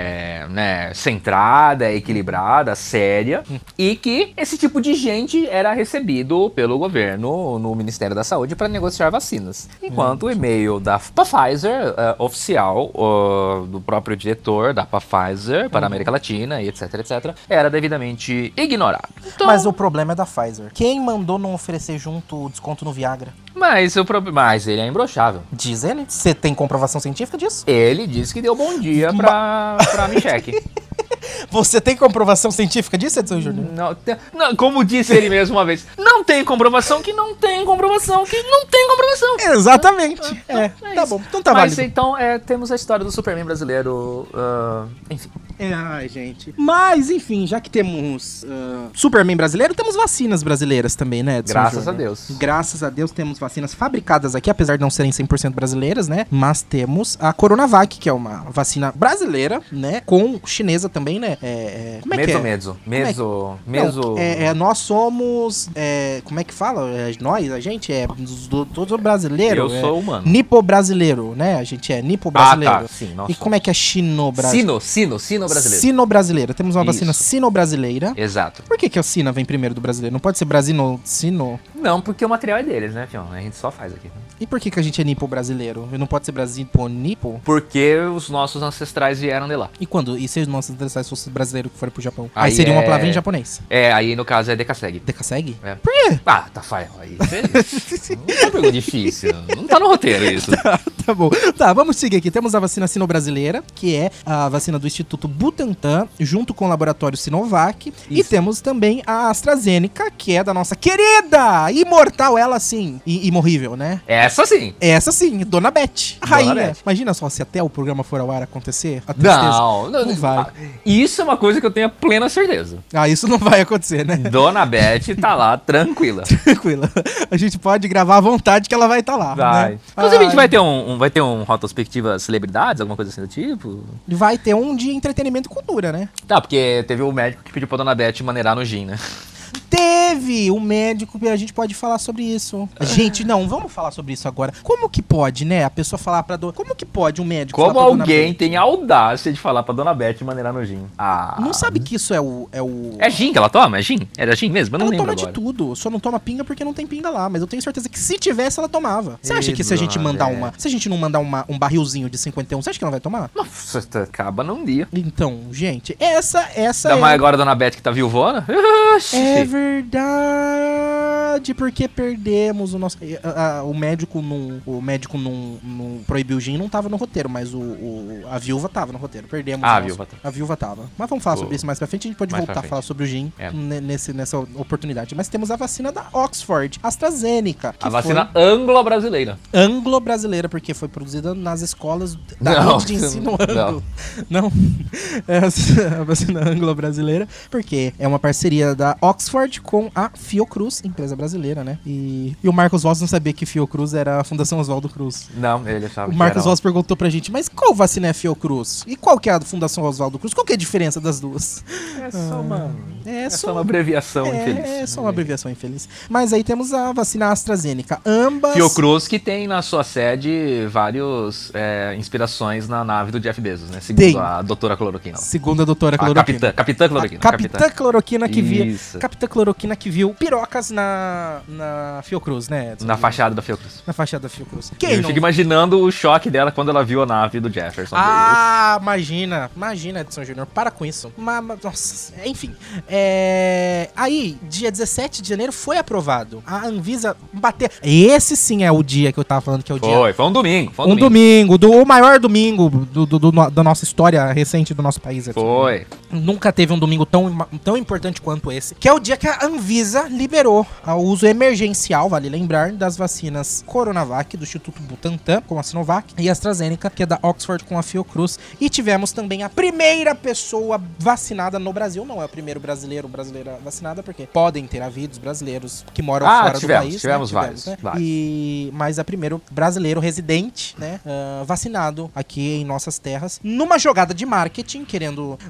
centrada, equilibrada, séria, e que esse tipo de gente era recebido pelo governo no Ministério da Saúde para negociar vacinas. Enquanto o e-mail da Pfizer, oficial, do próprio diretor da Pfizer para a América Latina e etc, etc, era devidamente ignorado. Então, Mas o problema é da Pfizer. Quem mandou não oferecer junto o desconto no Viagra? mas ele é imbrochável. Diz ele. Você tem comprovação científica disso? Ele disse que deu bom dia pra Michelle. Você tem comprovação científica disso, Edson Júnior? Não, como disse ele mesmo uma vez, não tem comprovação que não tem comprovação que não tem comprovação. Exatamente. Tá isso. bom. Então tá Mas válido. então temos a história do Superman brasileiro, enfim. Ai, gente. Mas, enfim, já que temos Superman brasileiro, temos vacinas brasileiras também, né, Edson Graças Júnior? a Deus. Graças a Deus temos vacinas fabricadas aqui, apesar de não serem 100% brasileiras, né? Mas temos a Coronavac, que é uma vacina brasileira, né? Com chinesa também, né? Como é que é? Nós somos... como é que fala? Nós, a gente todo brasileiro. Eu sou humano. Nipo-brasileiro, né? A gente é nipo-brasileiro. Ah, tá. Sim, E como é que é chino-brasileiro? Sino brasileiro. Sino-brasileira. Temos uma vacina Isso. sino-brasileira. Exato. Por que a Sina vem primeiro do brasileiro? Não pode ser Brasino-Sino? Não, porque o material é deles, né, Fion? A gente só faz aqui. E por que a gente é nipo-brasileiro? Não pode ser Brasilipo-nipo? Porque os nossos ancestrais vieram de lá. E se os nossos ancestrais fossem brasileiros que foram pro Japão? Aí Aí seria uma é- palavra em japonês. Aí no caso é Decaseg. Decaseg? É. Por quê? Ah, Tafael, aí você... Não é uma pergunta difícil. Não tá no roteiro isso. Tá bom. Tá, vamos seguir aqui. Temos a vacina sino-brasileira, que é a vacina do Instituto Butantan, junto com o laboratório Sinovac. E Isso. temos também a AstraZeneca, que é da nossa querida, imortal, ela sim, e imorrível, né? Essa sim. Essa sim, Dona Beth, a Dona rainha. Beth. Imagina só se até o programa for ao ar acontecer. A tristeza. Não vai. Isso é uma coisa que eu tenho a plena certeza. Ah, isso não vai acontecer, né? Dona Beth tá lá, tranquila. Tranquila. A gente pode gravar à vontade que ela vai estar lá. Vai. Né? Inclusive, a gente Ai, vai ter um retrospectiva celebridades, alguma coisa assim do tipo? vai ter um de entretenimento e cultura, né? Tá, porque teve o médico que pediu pra Dona Beth maneirar no gin, né? Teve o médico, a gente pode falar sobre isso. Gente, não, vamos falar sobre isso agora. Como que pode, né, a pessoa falar pra dona... Como que pode um médico Como falar pra dona alguém Beth? tem a audácia de falar pra Dona Beth maneirar no gin? Ah. Não sabe que isso é o... É gin que ela toma? É gin? Era gin mesmo? Eu não Ela lembro toma agora. de tudo, só não toma pinga porque não tem pinga lá. Mas eu tenho certeza que se tivesse, ela tomava. Você acha que se a gente Dona mandar Beth. se a gente não mandar um barrilzinho de 51, você acha que ela vai tomar? Nossa, acaba num dia. Então, gente, essa Ainda mais agora a Dona Beth que tá viuvona. Oxi. É verdade, porque perdemos o nosso... O médico não proibiu o gin, não tava no roteiro, mas a viúva tava no roteiro. Perdemos Ah, o a nosso- viúva tá. A viúva tava. Mas vamos falar sobre isso mais pra frente, a gente pode Mais voltar pra a frente. falar sobre o gin É. nessa oportunidade. Mas temos a vacina da Oxford, AstraZeneca, que A vacina foi anglo-brasileira. anglo-brasileira, porque foi produzida nas escolas da Não, rede de ensino não. anglo. Não. É a vacina anglo-brasileira, porque é uma parceria da Oxford com a Fiocruz, empresa brasileira, né? E o Marcos Voss não sabia que Fiocruz era a Fundação Oswaldo Cruz. Não, ele achava O que Marcos era... Voss perguntou pra gente, mas qual vacina é a Fiocruz? E qual que é a Fundação Oswaldo Cruz? Qual que é a diferença das duas? É só uma... É É só uma abreviação infeliz. É só uma abreviação infeliz. Mas aí temos a vacina AstraZeneca. Ambas... Fiocruz que tem na sua sede vários inspirações na nave do Jeff Bezos, né? Segundo Tem. a doutora Cloroquina. Segundo a doutora A Cloroquina. Capitã Cloroquina. Capitã Cloroquina que viu. Isso. Capitã Cloroquina que viu pirocas na Fiocruz, né? Edson? Na fachada da Fiocruz. Na fachada da Fiocruz. Eu fico imaginando o choque dela quando ela viu a nave do Jefferson. Ah, imagina, Edson Júnior, para com isso. Nossa, enfim. Aí, dia 17 de janeiro foi aprovado. A Anvisa bater. Esse sim é o dia que eu tava falando que é o dia. Foi um domingo. Um domingo, o maior domingo da nossa história recente do nosso país. Edson. Foi. Nunca teve um domingo tão importante quanto esse, que é o dia que a Anvisa liberou o uso emergencial, vale lembrar, das vacinas Coronavac, do Instituto Butantan, com a Sinovac, e a AstraZeneca, que é da Oxford, com a Fiocruz. E tivemos também a primeira pessoa vacinada no Brasil, não é o primeiro brasileira vacinada, porque podem ter havido brasileiros que moram fora do país. Tivemos vários. Mas a primeiro brasileiro residente, né, vacinado aqui em nossas terras, numa jogada de marketing, querendo,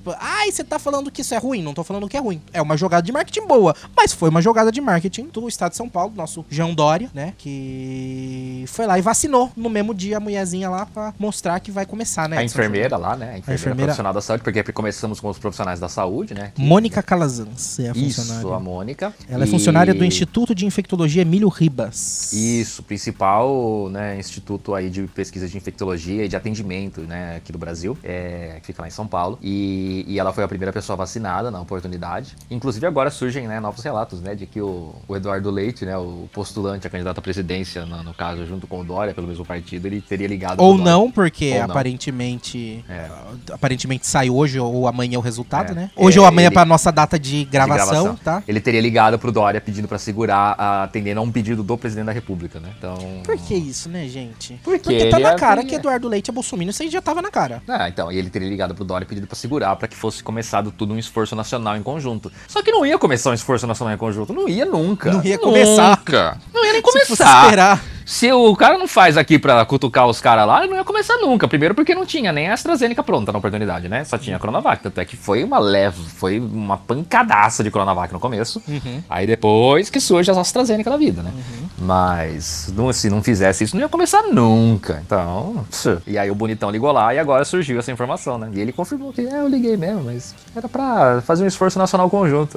Ai, você tá falando que isso é ruim? Não tô falando que é ruim. É uma jogada de marketing boa, mas foi uma jogada de marketing do estado de São Paulo, nosso João Dória, né? Que foi lá e vacinou no mesmo dia a mulherzinha lá pra mostrar que vai começar, né? A enfermeira lá, né? A enfermeira profissional da saúde, porque começamos com os profissionais da saúde, né? Mônica Calazans é a funcionária. Isso, a Mônica. Ela é funcionária do Instituto de Infectologia Emílio Ribas. Isso, principal, né, instituto aí de pesquisa de infectologia e de atendimento, né, aqui do Brasil, que fica lá em São Paulo. E ela foi a primeira pessoa vacinada na oportunidade. Inclusive agora surgem, né, novos relatos, né, de que o Eduardo Leite, né, o postulante a candidato à presidência, no caso, junto com o Dória, pelo mesmo partido, ele teria ligado... Ou não, porque aparentemente sai hoje ou amanhã o resultado, né? Hoje ou amanhã pra nossa data de gravação, tá? Ele teria ligado pro Dória pedindo pra segurar, atendendo a um pedido do presidente da República, né? Então... Por que isso, né, gente? Porque tá na cara que Eduardo Leite é bolsominion, isso aí já tava na cara. Então, e ele teria ligado pro Dória pedindo pra segurar, pra que fosse começado tudo um esforço nacional em conjunto. Só que não ia começar um esforço nacional em conjunto, não ia nunca. Não ia começar. Não ia nem Se fosse começar. esperar. Se o cara não faz aqui pra cutucar os caras lá, ele não ia começar nunca. Primeiro porque não tinha nem a AstraZeneca pronta na oportunidade, né? Só tinha a Coronavac. Tanto é que foi uma pancadaça de Coronavac no começo. Aí depois que surge a AstraZeneca na vida, né? Mas se não fizesse isso, não ia começar nunca. Então, e aí o bonitão ligou lá e agora surgiu essa informação, né? E ele confirmou que eu liguei mesmo, mas era pra fazer um esforço nacional conjunto.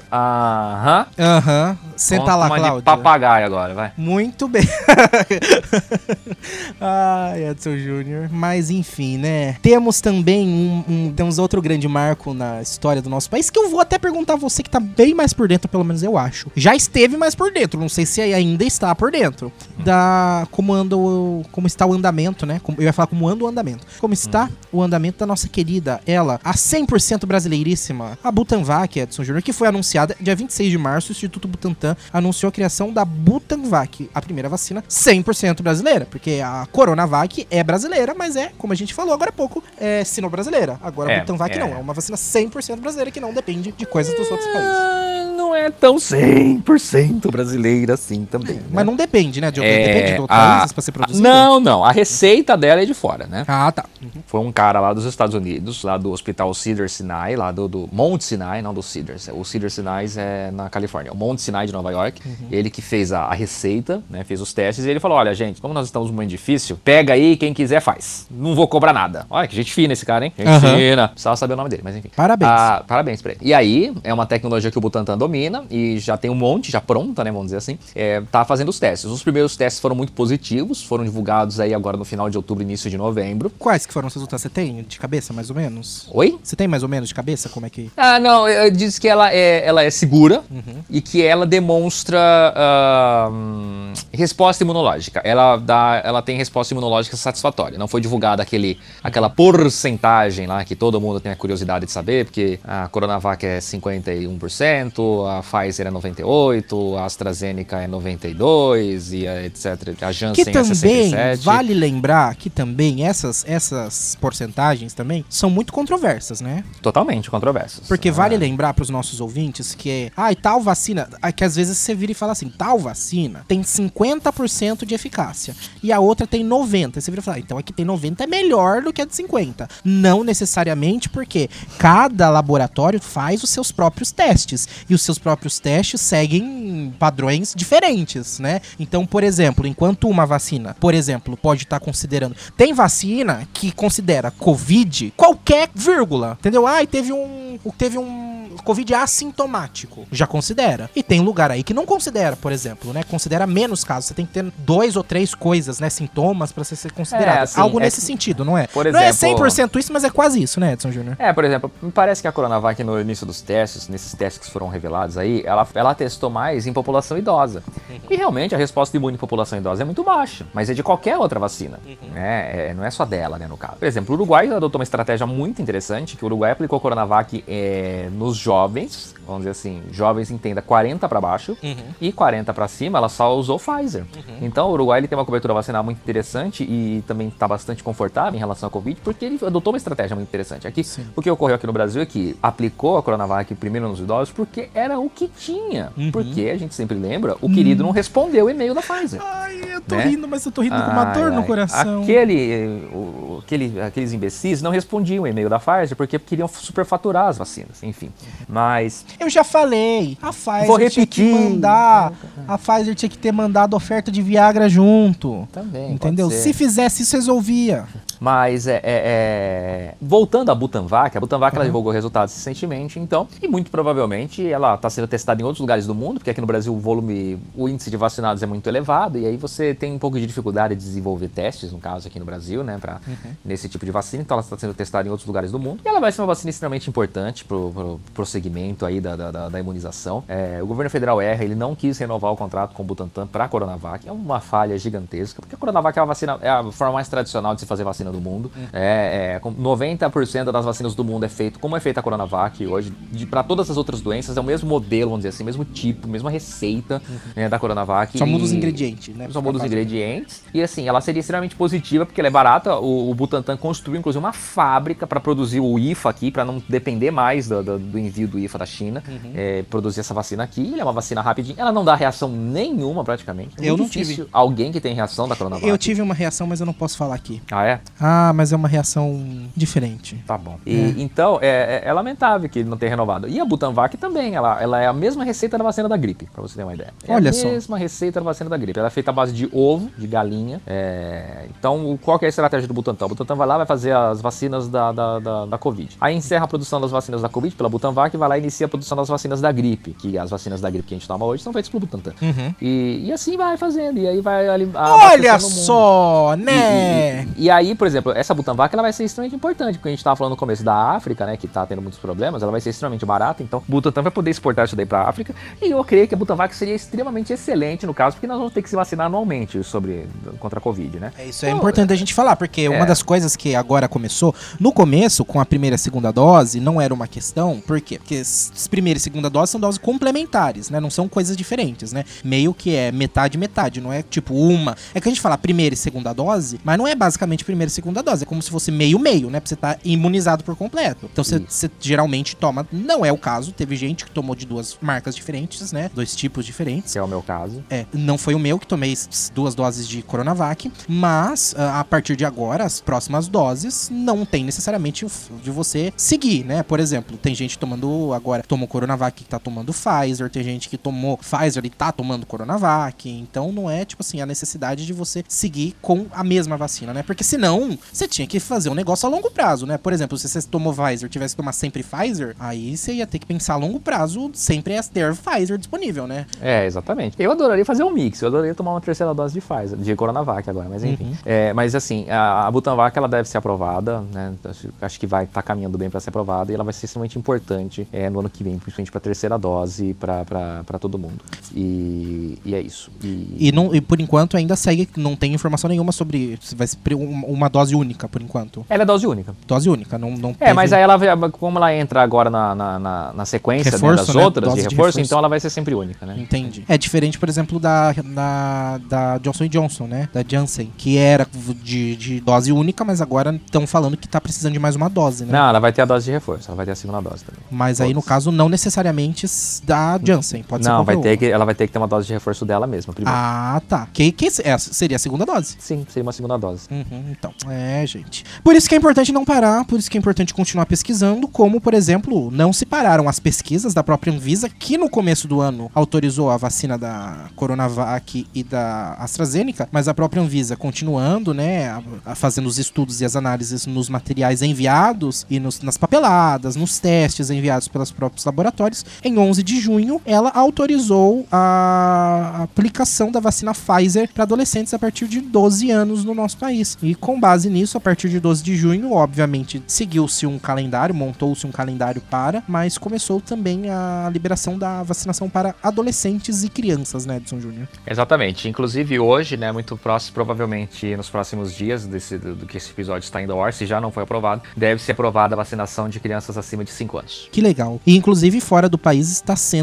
Senta lá, Cláudia. De papagaio agora, vai. Muito bem. Ai, Edson Júnior. Mas enfim, né? Temos também temos outro grande marco na história do nosso país, que eu vou até perguntar a você que tá bem mais por dentro, pelo menos eu acho. Já esteve mais por dentro, não sei se ainda está por dentro. Como está o andamento, né? Eu ia falar como anda o andamento. Como está o andamento da nossa querida, a 100% brasileiríssima, a Butanvac, Edson Júnior, que foi anunciada dia 26 de março, o Instituto Butantan anunciou a criação da Butanvac, a primeira vacina 100% brasileira, porque a Coronavac é brasileira, mas como a gente falou agora há pouco, é sino-brasileira. Agora a Butanvac não, é uma vacina 100% brasileira que não depende de coisas dos outros países. Não é tão 100% brasileira assim também, né? Mas não depende, né? Depende de outros países pra ser produzido? Não. A receita dela é de fora, né? Ah, tá. Foi um cara lá dos Estados Unidos, lá do Hospital Cedars-Sinai, lá do Monte Sinai, não do Cedars. O Cedars-Sinai é na Califórnia. O Monte Sinai de Nova York. Ele que fez a receita, né? Fez os testes e ele falou, olha, gente, como nós estamos muito difícil, pega aí, quem quiser faz. Não vou cobrar nada. Olha, que gente fina esse cara, hein? Gente fina. Precisava saber o nome dele, mas enfim. Parabéns. Parabéns pra ele. E aí, é uma tecnologia que o Butantan domina e já tem um monte, já pronta, né? Vamos dizer assim. Tá fazendo os testes. Os primeiros testes foram muito positivos, foram divulgados aí agora no final de outubro, início de novembro. Quais que foram os resultados? Você tem de cabeça, mais ou menos? Oi? Você tem mais ou menos de cabeça? Como é que... Não, diz que ela é segura e que ela demonstra resposta imunológica. Ela tem resposta imunológica satisfatória. Não foi divulgada aquela porcentagem lá que todo mundo tem a curiosidade de saber, porque a Coronavac é 51%, a Pfizer é 98%, a AstraZeneca é 92% e etc. A Janssen que também, é 67%. Vale lembrar que também essas porcentagens também são muito controversas, né? Totalmente controversas. Porque vale lembrar para os nossos ouvintes que tal vacina, que às vezes você vira e fala assim, tal vacina tem 50% de eficácia e a outra tem 90%. Você vira e fala, então aqui tem 90% é melhor do que a de 50%. Não necessariamente, porque cada laboratório faz os seus próprios testes e os seus próprios testes seguem padrões diferentes, né? Então, por exemplo, enquanto uma vacina, por exemplo, pode estar considerando... Tem vacina que considera Covid qualquer vírgula, entendeu? Teve um Covid assintomático, já considera. E tem lugar aí que não considera, por exemplo, né? Considera menos casos. Você tem que ter 2 ou 3 coisas, né? Sintomas pra ser considerado. Assim, algo nesse sentido, não é? Por não exemplo, é 100% isso, mas é quase isso, né, Edson Júnior? Por exemplo, me parece que a Coronavac no início dos testes, nesses testes que foram revelados aí, ela testou mais em população idosa. E realmente a resposta imune em população idosa é muito baixa, mas é de qualquer outra vacina, né? Não é só dela, né, no caso. Por exemplo, o Uruguai adotou uma estratégia muito interessante, que o Uruguai aplicou a Coronavac nos jovens, vamos dizer assim, jovens entenda 40 para baixo, e 40 para cima ela só usou Pfizer. Então o Uruguai ele tem uma cobertura vacinal muito interessante e também está bastante confortável em relação à Covid, porque ele adotou uma estratégia muito interessante. Aqui, o que ocorreu aqui no Brasil é que aplicou a Coronavac primeiro nos idosos porque era o que tinha. Porque a gente sempre lembra, o querido não respondeu o e-mail da Pfizer. Ai, eu tô rindo, mas eu tô rindo com uma dor no coração. aqueles imbecis não respondiam o e-mail da Pfizer porque queriam superfaturar as vacinas, enfim. Mas... Eu já falei, a Pfizer Vou tinha que repetir. mandar, a Pfizer tinha que ter mandado oferta de Viagra junto. Também, entendeu? pode ser. Se fizesse isso, resolvia. Mas voltando à Butanvac, a Butanvac ela divulgou resultados recentemente, então, e muito provavelmente ela está sendo testada em outros lugares do mundo, porque aqui no Brasil o índice de vacinados é muito elevado, e aí você tem um pouco de dificuldade de desenvolver testes, no caso aqui no Brasil, né, nesse tipo de vacina, então ela está sendo testada em outros lugares do mundo, e ela vai ser uma vacina extremamente importante pro prosseguimento aí da imunização. O governo federal ele não quis renovar o contrato com o Butantan para a Coronavac, é uma falha gigantesca, porque a Coronavac é a forma mais tradicional de se fazer vacina do mundo. 90% das vacinas do mundo é feito como é feita a Coronavac hoje. Para todas as outras doenças é o mesmo modelo, vamos dizer assim, mesmo tipo, mesma receita da Coronavac. Só muda os ingredientes, né? Só muda os ingredientes. E assim, ela seria extremamente positiva porque ela é barata. O Butantan construiu inclusive uma fábrica para produzir o IFA aqui, para não depender mais do envio do IFA da China. Produzir essa vacina aqui. Ela é uma vacina rapidinha. Ela não dá reação nenhuma praticamente. Eu não tive. Alguém que tem reação da Coronavac. Eu tive uma reação, mas eu não posso falar aqui. Ah, é? Ah, mas é uma reação diferente. Tá bom. Então, é lamentável que não tenha renovado. E a Butanvac também, ela é a mesma receita da vacina da gripe, pra você ter uma ideia. Olha a só. mesma receita da vacina da gripe. Ela é feita à base de ovo, de galinha. Então, qual que é a estratégia do Butantan? O Butantan vai lá, vai fazer as vacinas da Covid. Aí encerra a produção das vacinas da Covid pela Butanvac e vai lá e inicia a produção das vacinas da gripe, que as vacinas da gripe que a gente toma hoje são feitas pelo Butantan. E assim vai fazendo. E aí vai olha só, né? E aí, por exemplo, essa Butanvac ela vai ser extremamente importante, porque a gente tava falando no começo da África, né, que tá tendo muitos problemas, ela vai ser extremamente barata, então o Butantan vai poder exportar isso daí pra África, e eu creio que a Butanvac seria extremamente excelente no caso, porque nós vamos ter que se vacinar anualmente contra a Covid, né? Isso é importante a gente falar, porque uma das coisas que agora começou, no começo, com a primeira e segunda dose, não era uma questão, por quê? Porque primeira e segunda dose são doses complementares, né, não são coisas diferentes, né, meio que é metade, não é tipo uma, é que a gente fala primeira e segunda dose, mas não é basicamente primeira e segunda dose, é como se fosse meio, né, pra você estar imunizado por completo. Então você geralmente toma, não é o caso, teve gente que tomou de duas marcas diferentes, né, 2 tipos diferentes. Que é o meu caso. Não foi o meu, que tomei 2 doses de Coronavac, mas a partir de agora, as próximas doses não tem necessariamente de você seguir, né, por exemplo, tem gente tomou Coronavac que tá tomando Pfizer, tem gente que tomou Pfizer e tá tomando Coronavac, então não é, tipo assim, a necessidade de você seguir com a mesma vacina, né, porque senão você tinha que fazer um negócio a longo prazo, né? Por exemplo, se você tomou Pfizer, tivesse que tomar sempre Pfizer, aí você ia ter que pensar a longo prazo, sempre ia ter Pfizer disponível, né? Exatamente. Eu adoraria fazer um mix, eu adoraria tomar uma terceira dose de Pfizer, de Coronavac agora, mas enfim. Mas assim, a Butanvac, ela deve ser aprovada, né? Acho que vai estar caminhando bem para ser aprovada e ela vai ser extremamente importante no ano que vem, principalmente para terceira dose para todo mundo. E é isso. E por enquanto ainda segue, não tem informação nenhuma sobre se vai ser uma dose única, por enquanto. Ela é dose única. Dose única, não teve... mas aí como ela entra agora na sequência reforço, das outras dose de reforço, então ela vai ser sempre única, né? Entendi. É diferente, por exemplo, da Johnson & Johnson, né? Da Janssen, que era de dose única, mas agora estão falando que tá precisando de mais uma dose, né? Não, ela vai ter a dose de reforço, ela vai ter a segunda dose também. Mas aí, no caso, não necessariamente da Janssen, pode ser qualquer uma. Ela vai ter que ter uma dose de reforço dela mesma, primeiro. Ah, tá. Que seria a segunda dose? Sim, seria uma segunda dose. Então, gente. Por isso que é importante não parar, por isso que é importante continuar pesquisando, como, por exemplo, não se pararam as pesquisas da própria Anvisa, que no começo do ano autorizou a vacina da Coronavac e da AstraZeneca, mas a própria Anvisa continuando, né, fazendo os estudos e as análises nos materiais enviados e nas papeladas, nos testes enviados pelos próprios laboratórios. Em 11 de junho, ela autorizou a aplicação da vacina Pfizer para adolescentes a partir de 12 anos no nosso país. E com base nisso, a partir de 12 de junho, obviamente, seguiu-se um calendário, montou-se um calendário mas começou também a liberação da vacinação para adolescentes e crianças, né, Edson Júnior? Exatamente. Inclusive hoje, né, muito próximo, provavelmente nos próximos dias do que esse episódio está indo ao ar, se já não foi aprovado, deve ser aprovada a vacinação de crianças acima de 5 anos. Que legal. E inclusive fora do país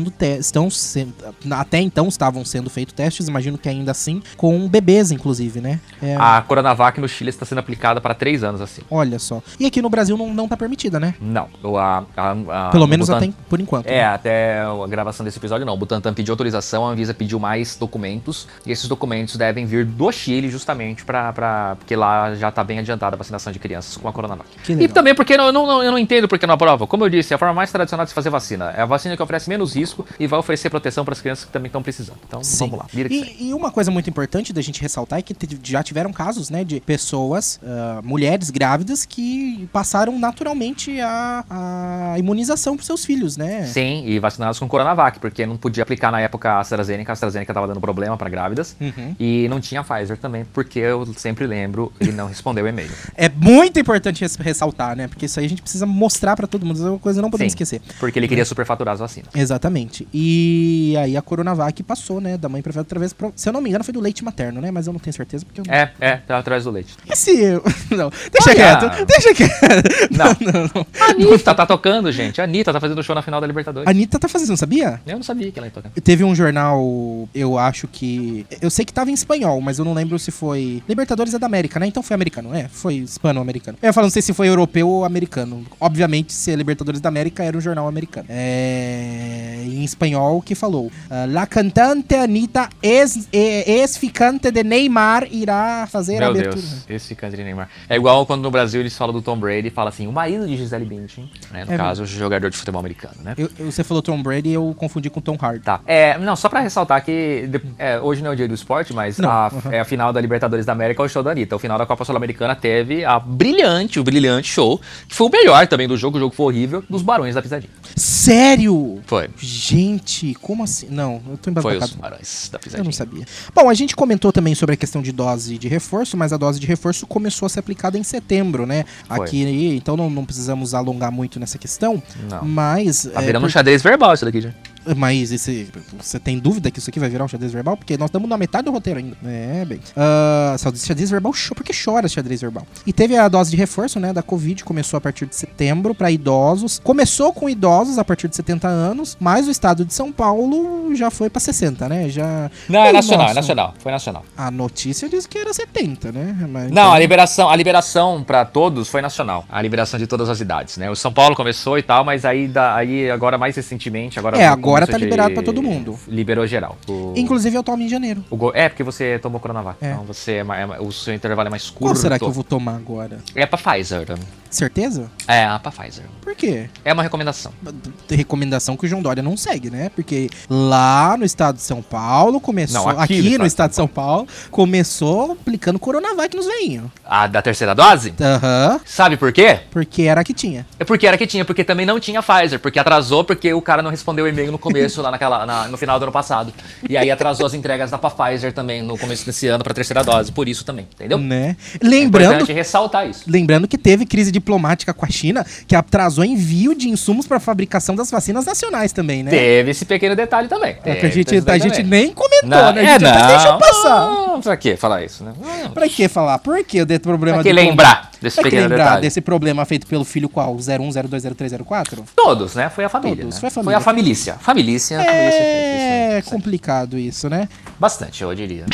até então estavam sendo feitos testes, imagino que ainda assim, com bebês, inclusive, né? A Coronavac no Chile está sendo aplicada para 3 anos assim. Olha só. E aqui no Brasil não tá permitida, né? Não. Pelo menos até por enquanto. Né? Até a gravação desse episódio não. O Butantan pediu autorização, a Anvisa pediu mais documentos, e esses documentos devem vir do Chile justamente porque lá já tá bem adiantada a vacinação de crianças com a Coronavac. Que legal. E também porque eu não entendo porque não aprova. Como eu disse, é a forma mais tradicional de se fazer vacina. É a vacina que oferece menos risco e vai oferecer proteção para as crianças que também estão precisando. Então, Sim. vamos lá. Vira que segue. E uma coisa muito importante da gente ressaltar é que já tiveram casos, né, de pessoas, mulheres grávidas que passaram naturalmente a imunização para seus filhos, né? Sim, e vacinadas com Coronavac, porque não podia aplicar na época a AstraZeneca estava dando problema para grávidas. E não tinha Pfizer também, porque eu sempre lembro, ele não respondeu o e-mail. É muito importante ressaltar, né? Porque isso aí a gente precisa mostrar pra todo mundo. Isso é uma coisa que não podemos Sim, esquecer. porque ele queria superfaturar as vacinas. Exatamente. E aí a Coronavac passou, né? Da mãe pra filha através... Se eu não me engano, foi do leite materno, né? Mas eu não tenho certeza porque eu não... Tá atrás do leite. E se eu... Não, deixa Olha! quieto. Deixa quieto. Não. A Anitta tá tocando, gente. A Anitta tá fazendo show na final da Libertadores. A Anitta tá fazendo, sabia? Eu não sabia que ela ia tocar. Teve um jornal, eu acho que... Eu sei que tava em espanhol, mas eu não lembro se foi... Libertadores é da América, né? Então foi americano, foi hispano-americano. Eu falo, não sei se foi europeu ou americano. Obviamente, se é Libertadores da América, era um jornal americano. Em espanhol, que falou... La cantante Anitta, ex-ficante de Neymar, irá fazer a Meu abertura. Deus, esse ficante de Neymar. É igual quando no Brasil eles falam do Tom Brady e falam assim, o marido de Gisele Bündchen, né? No caso, o jogador de futebol americano, né? Você falou Tom Brady e eu confundi com Tom Hardy. Tá. Não, só pra ressaltar que hoje não é o dia do esporte, mas a final da Libertadores da América é o show da Anitta. O final da Copa Sul-Americana teve o brilhante show, que foi o melhor também do jogo, o jogo foi horrível, dos Barões da Pisadinha. Sério? Foi. Gente, como assim? Não, eu tô embasbacado. Foi os Barões da Pisadinha. Eu não sabia. Bom, a gente comentou também sobre a questão de dose de reforço, mas a dose de reforço começou a ser aplicada em setembro, né? Foi. Aqui, então não precisamos alongar muito nessa questão. Não. Mas... Tá virando um xadrez verbal isso daqui, já. Mas você tem dúvida que isso aqui vai virar um xadrez verbal? Porque nós estamos na metade do roteiro ainda. Xadrez verbal, porque chora xadrez verbal. E teve a dose de reforço, né, da Covid, começou a partir de setembro para idosos. Começou com idosos a partir de 70 anos, mas o estado de São Paulo já foi para 60, né? Não, é nacional. Foi nacional. A notícia diz que era 70, né? Mas, não, a liberação para todos foi nacional. A liberação de todas as idades, né? O São Paulo começou e tal, mas aí agora mais recentemente, agora tá liberado pra todo mundo. Liberou geral. Inclusive eu tomo em janeiro. Porque você tomou Coronavac. Então o seu intervalo é mais curto. Qual será que eu vou tomar agora? É pra Pfizer. Certeza? É, pra Pfizer. Por quê? É uma recomendação. Recomendação que o João Dória não segue, né? Porque lá no estado de São Paulo começou... Não, aqui no estado de São Paulo, começou aplicando Coronavac nos veinhos. A da terceira dose? Aham. Sabe por quê? Porque era a que tinha. Porque também não tinha Pfizer. Porque atrasou, porque o cara não respondeu o e-mail no começo, lá no final do ano passado. E aí atrasou as entregas da Pfizer também no começo desse ano pra terceira dose. Por isso também, entendeu? Né? É importante ressaltar isso. Lembrando que teve crise diplomática com a China, que atrasou envio de insumos para fabricação das vacinas nacionais também, né? Teve esse pequeno detalhe também. Que a gente nem comentou, né? A gente não, deixou passar. Não, pra que falar isso, né? Pra que falar? Por que eu dei problema Pra que lembrar desse Pra que pequeno lembrar detalhe? desse problema feito pelo filho qual? 01, 02, 03, 04? Todos, né? Foi a família. Todos, né? foi a família. Foi a família. Família É fez isso. complicado isso, né? Bastante, eu diria.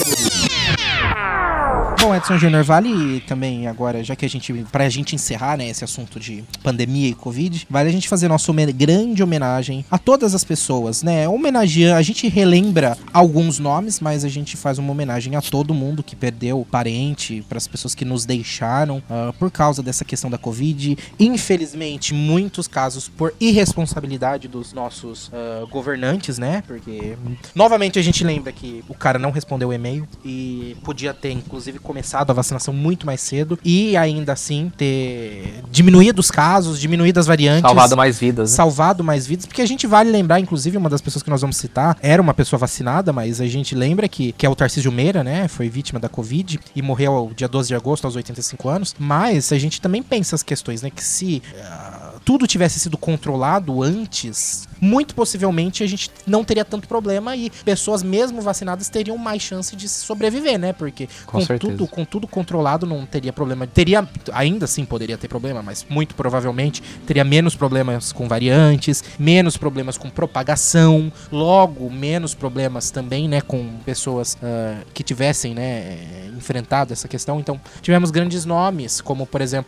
Bom, Edson Júnior, vale também agora, já que pra gente encerrar, né, esse assunto de pandemia e Covid, vale a gente fazer nossa grande homenagem a todas as pessoas, né? A gente relembra alguns nomes, mas a gente faz uma homenagem a todo mundo que perdeu parente, para as pessoas que nos deixaram por causa dessa questão da Covid. Infelizmente, muitos casos por irresponsabilidade dos nossos governantes, né? Porque, novamente, a gente lembra que o cara não respondeu o e-mail e podia ter, inclusive, começado a vacinação muito mais cedo e ainda assim ter diminuído os casos, diminuído as variantes. Salvado mais vidas. Né? Salvado mais vidas, porque a gente vale lembrar, inclusive, uma das pessoas que nós vamos citar era uma pessoa vacinada, mas a gente lembra que é o Tarcísio Meira, né? Foi vítima da Covid e morreu dia 12 de agosto, aos 85 anos. Mas a gente também pensa as questões, né? Que se tudo tivesse sido controlado antes, muito possivelmente a gente não teria tanto problema e pessoas mesmo vacinadas teriam mais chance de sobreviver, né? Porque com tudo controlado não teria problema. Ainda assim poderia ter problema, mas muito provavelmente teria menos problemas com variantes, menos problemas com propagação, logo menos problemas também, né, com pessoas que tivessem, né, enfrentado essa questão. Então tivemos grandes nomes, como por exemplo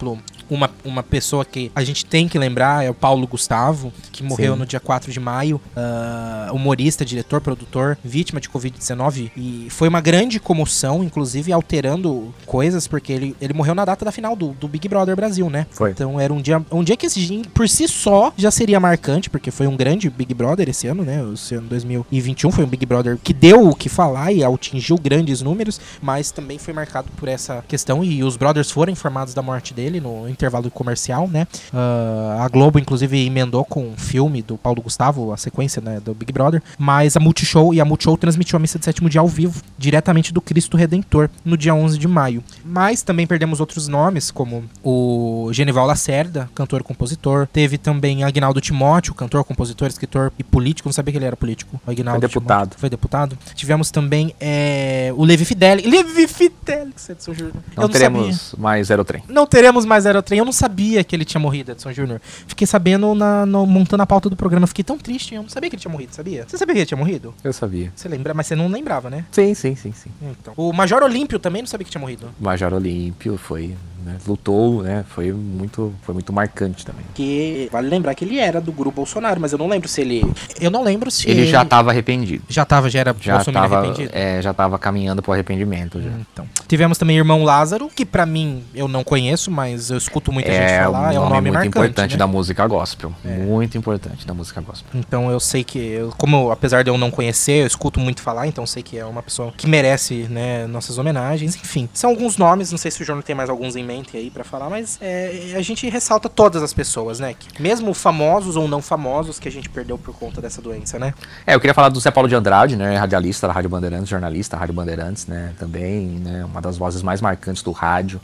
uma pessoa que a gente tem que lembrar é o Paulo Gustavo, que morreu Sim. no dia 4 de maio, humorista, diretor, produtor, vítima de Covid-19, e foi uma grande comoção, inclusive alterando coisas, porque ele morreu na data da final do Big Brother Brasil, né? Foi. Então era um dia que esse dia, por si só, já seria marcante, porque foi um grande Big Brother esse ano, né? Esse ano 2021 foi um Big Brother que deu o que falar e atingiu grandes números, mas também foi marcado por essa questão, e os brothers foram informados da morte dele no intervalo comercial, né? A Globo, inclusive, emendou com um filme do Paulo Gustavo, a sequência, né, do Big Brother, mas a Multishow transmitiu a missa de sétimo dia ao vivo, diretamente do Cristo Redentor, no dia 11 de maio. Mas também perdemos outros nomes, como o Genival Lacerda, cantor e compositor. Teve também Aguinaldo Timóteo, cantor, compositor, escritor e político. Não sabia que ele era político. O Aguinaldo Foi deputado. Timóteo. Foi deputado. Tivemos também o Levi Fidelix. Levi Fidelix, Edson Júnior. Não teremos mais Zero Trem. Não teremos mais Aerotrem. Eu não sabia que ele tinha morrido, Edson Júnior. Fiquei sabendo montando a pauta do programa. Fiquei tão triste. Eu não sabia que ele tinha morrido, sabia? Você sabia que ele tinha morrido? Eu sabia. Você lembra? Mas você não lembrava, né? Sim. Então. O Major Olímpio também não sabia que tinha morrido. O Major Olímpio foi, né, lutou, né? Foi muito marcante também. Que vale lembrar que ele era do grupo Bolsonaro, mas eu não lembro se ele... Ele já estava arrependido. Já era bolsominion arrependido? Já tava caminhando pro arrependimento. Já. Então. Tivemos também Irmão Lázaro, que pra mim eu não conheço, mas eu escuto muita gente falar. É um nome muito marcante, importante, né? da música gospel. Muito importante da música gospel. Então eu sei que, apesar de eu não conhecer, eu escuto muito falar, então eu sei que é uma pessoa que merece, né, nossas homenagens. Enfim, são alguns nomes, não sei se o Júnior tem mais alguns em mente aí pra falar, mas a gente ressalta todas as pessoas, né? Mesmo famosos ou não famosos que a gente perdeu por conta dessa doença, né? Eu queria falar do Zé Paulo de Andrade, né, radialista da Rádio Bandeirantes, jornalista da Rádio Bandeirantes, né, também, né, uma das vozes mais marcantes do rádio,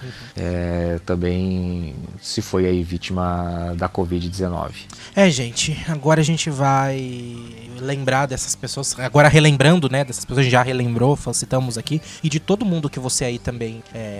também se foi aí vítima da Covid-19. Gente, agora a gente vai lembrar dessas pessoas, agora relembrando, né, dessas pessoas, a gente já relembrou, citamos aqui, e de todo mundo que você aí também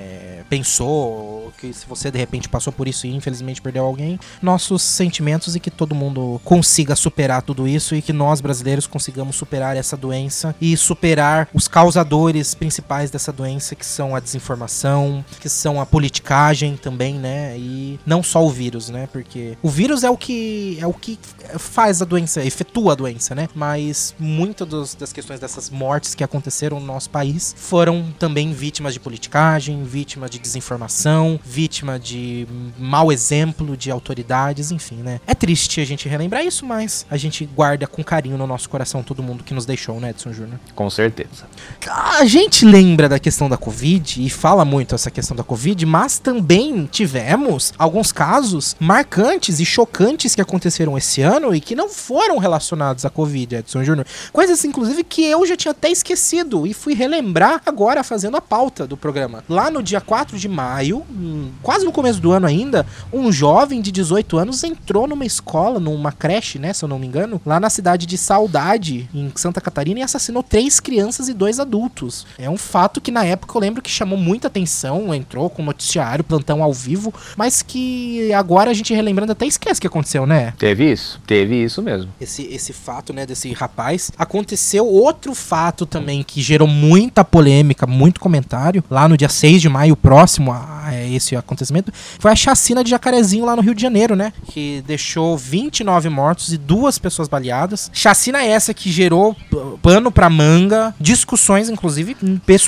pensou, que se você de repente passou por isso e infelizmente perdeu alguém, nossos sentimentos, e que todo mundo consiga superar tudo isso, e que nós brasileiros consigamos superar essa doença e superar os causadores principais dessa doença, que são a desinformação, que são a politicagem também, né, e não só o vírus, né, porque o vírus é o que faz a doença, efetua a doença, né, mas muitas das questões dessas mortes que aconteceram no nosso país foram também vítimas de politicagem, vítimas de desinformação, vítima de mau exemplo de autoridades, enfim, né. É triste a gente relembrar isso, mas a gente guarda com carinho no nosso coração todo mundo que nos deixou, né, Edson Júnior? Com certeza. A gente lembra da questão da Covid e fala muito essa questão da Covid, mas também tivemos alguns casos marcantes e chocantes que aconteceram esse ano e que não foram relacionados à Covid, Edson Júnior. Coisas, inclusive, que eu já tinha até esquecido e fui relembrar agora fazendo a pauta do programa. Lá no dia 4 de maio, quase no começo do ano ainda, um jovem de 18 anos entrou numa escola, numa creche, né, se eu não me engano, lá na cidade de Saudade, em Santa Catarina, e assassinou 3 crianças e 2 adultos. É um fato que na época eu lembro que chamou muita atenção, entrou com noticiário, plantão ao vivo, mas que agora a gente relembrando até esquece que aconteceu, né? Teve isso mesmo. Esse fato, né, desse rapaz. Aconteceu outro fato também que gerou muita polêmica, muito comentário, lá no dia 6 de maio, próximo a esse acontecimento, foi a chacina de Jacarezinho lá no Rio de Janeiro, né? Que deixou 29 mortos e 2 pessoas baleadas. Chacina essa que gerou pano pra manga, discussões, inclusive,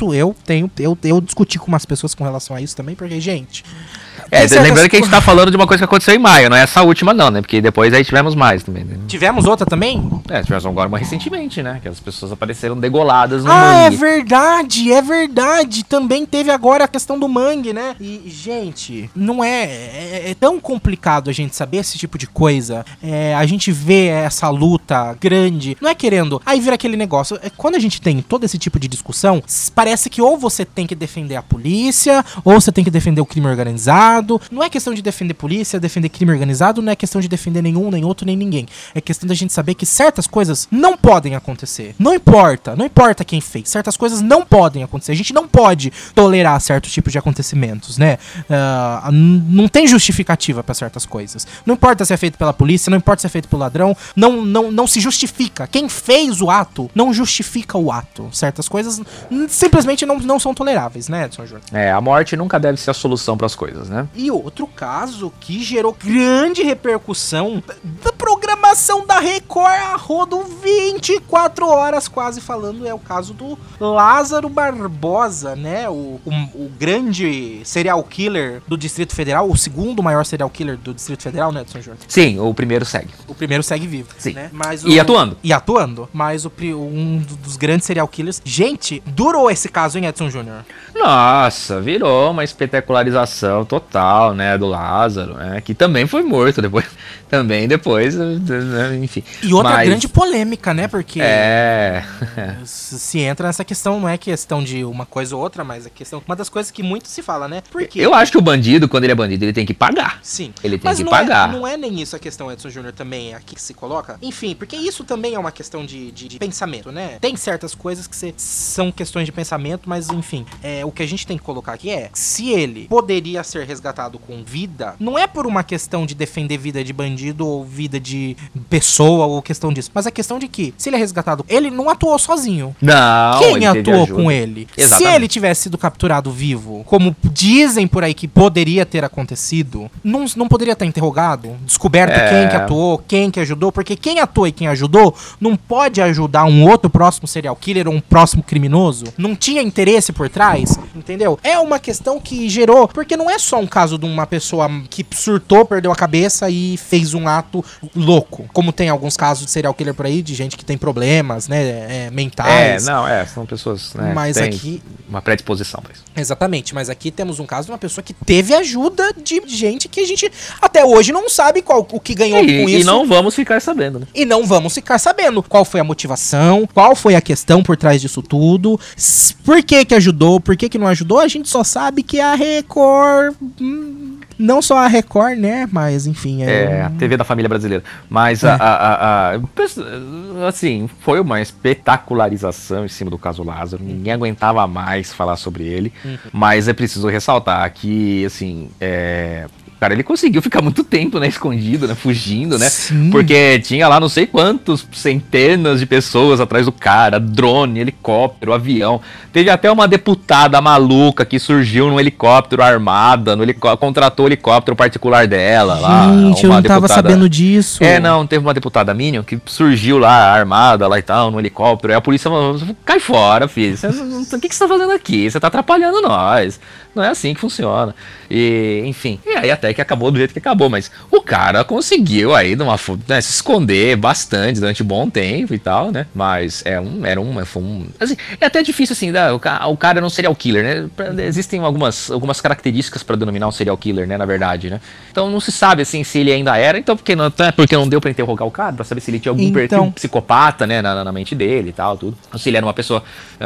eu discuti com umas pessoas com relação a isso também, porque, gente... lembrando que a gente tá falando de uma coisa que aconteceu em maio, não é essa última não, né? Porque depois aí tivemos mais também, né? Tivemos outra também? Tivemos agora uma recentemente, né? Que as pessoas apareceram degoladas no mangue. É verdade. Também teve agora a questão do mangue, né? E, gente, não é tão complicado a gente saber esse tipo de coisa. A gente vê essa luta grande, não é querendo... Aí vira aquele negócio, quando a gente tem todo esse tipo de discussão, parece que ou você tem que defender a polícia, ou você tem que defender o crime organizado. Não é questão de defender polícia, defender crime organizado, não é questão de defender nenhum, nem outro, nem ninguém. É questão da gente saber que certas coisas não podem acontecer. Não importa quem fez. Certas coisas não podem acontecer. A gente não pode tolerar certos tipos de acontecimentos, né? Não tem justificativa pra certas coisas. Não importa se é feito pela polícia, não importa se é feito pelo ladrão, não se justifica. Quem fez o ato não justifica o ato. Certas coisas simplesmente não são toleráveis, né, Edson Júnior? A morte nunca deve ser a solução pras coisas, né? E outro caso que gerou grande repercussão da programação da Record a rodo 24 horas quase falando, é o caso do Lázaro Barbosa, né? O grande serial killer do Distrito Federal, o segundo maior serial killer do Distrito Federal, né, Edson Júnior? Sim, o primeiro segue. O primeiro segue vivo, sim, né? Mas e atuando. E atuando. Mas um dos grandes serial killers... Gente, durou esse caso, hein, Edson Júnior? Nossa, virou uma espetacularização total, né, do Lázaro, né, que também foi morto depois, enfim. E outra grande polêmica, né, porque... se entra nessa questão, não é questão de uma coisa ou outra, mas é questão... Uma das coisas que muito se fala, né, porque... Eu acho que o bandido, quando ele é bandido, ele tem que pagar. Sim. Ele tem que pagar. Não é nem isso a questão, Edson Júnior, também, aqui que se coloca. Enfim, porque isso também é uma questão de pensamento, né? Tem certas coisas que são questões de pensamento, mas, enfim, o que a gente tem que colocar aqui é, se ele poderia ser resgatado com vida, não é por uma questão de defender vida de bandido ou vida de pessoa ou questão disso, mas a questão de que, se ele é resgatado, ele não atuou sozinho. Não, quem atuou com ele? Exatamente. Se ele tivesse sido capturado vivo, como dizem por aí que poderia ter acontecido, não poderia estar interrogado, descoberto quem que atuou, quem que ajudou, porque quem atuou e quem ajudou não pode ajudar um outro próximo serial killer ou um próximo criminoso. Não tinha interesse por trás, entendeu? É uma questão que gerou, porque não é só um caso de uma pessoa que surtou, perdeu a cabeça e fez um ato louco, como tem alguns casos de serial killer por aí, de gente que tem problemas, né, mentais. São pessoas, né, mas tem aqui uma predisposição pra isso. Exatamente, mas aqui temos um caso de uma pessoa que teve ajuda de gente que a gente até hoje não sabe o que ganhou com isso. E não vamos ficar sabendo, né? E não vamos ficar sabendo qual foi a motivação, qual foi a questão por trás disso tudo, por que ajudou, por que não ajudou, a gente só sabe que a Record... Não só a Record, né? Mas, enfim... a TV da família brasileira. Mas, assim, foi uma espetacularização em cima do caso Lázaro. Ninguém aguentava mais falar sobre ele. Mas é preciso ressaltar que, assim... Cara, ele conseguiu ficar muito tempo, né, escondido, né, fugindo, né, Sim. Porque tinha lá não sei quantos centenas de pessoas atrás do cara, drone, helicóptero, avião. Teve até uma deputada maluca que surgiu num helicóptero armada, contratou o helicóptero particular dela. Gente, eu não tava sabendo disso. Não, teve uma deputada Minion que surgiu lá, armada lá e tal, no helicóptero, e a polícia falou, cai fora, filho, o que você tá fazendo aqui? Você tá atrapalhando nós. Não é assim que funciona. E, enfim, e aí até que acabou do jeito que acabou, mas o cara conseguiu aí se esconder bastante durante um bom tempo e tal, né? Mas assim, é até difícil assim, o cara não serial killer, né? Existem algumas características para denominar um serial killer, né, na verdade, né? Então não se sabe assim se ele ainda era, então porque não deu para interrogar o cara, para saber se ele tinha algum perfil psicopata, né, na mente dele e tal, tudo. Ou se ele era uma pessoa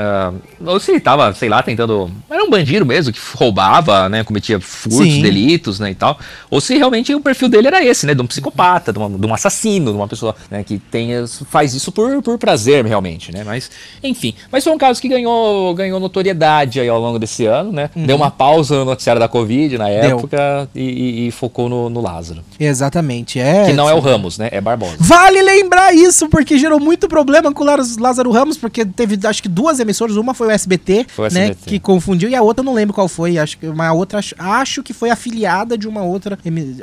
ou se ele tava, sei lá, era um bandido mesmo que roubava, né, cometia furtos, delitos, né, e tal, ou se realmente o perfil dele era esse, né, de um psicopata, de um assassino, de uma pessoa, né, que faz isso por prazer, realmente, né, mas, enfim, mas foi um caso que ganhou notoriedade aí ao longo desse ano, né, deu uma pausa no noticiário da Covid na época e focou no Lázaro. Exatamente, que não é o Ramos, né, é Barbosa. Vale lembrar isso, porque gerou muito problema com o Lázaro Ramos, porque teve, acho que 2 emissoras, uma foi o SBT, né, que confundiu, e a outra eu não lembro qual foi, acho que foi afiliada de uma outra,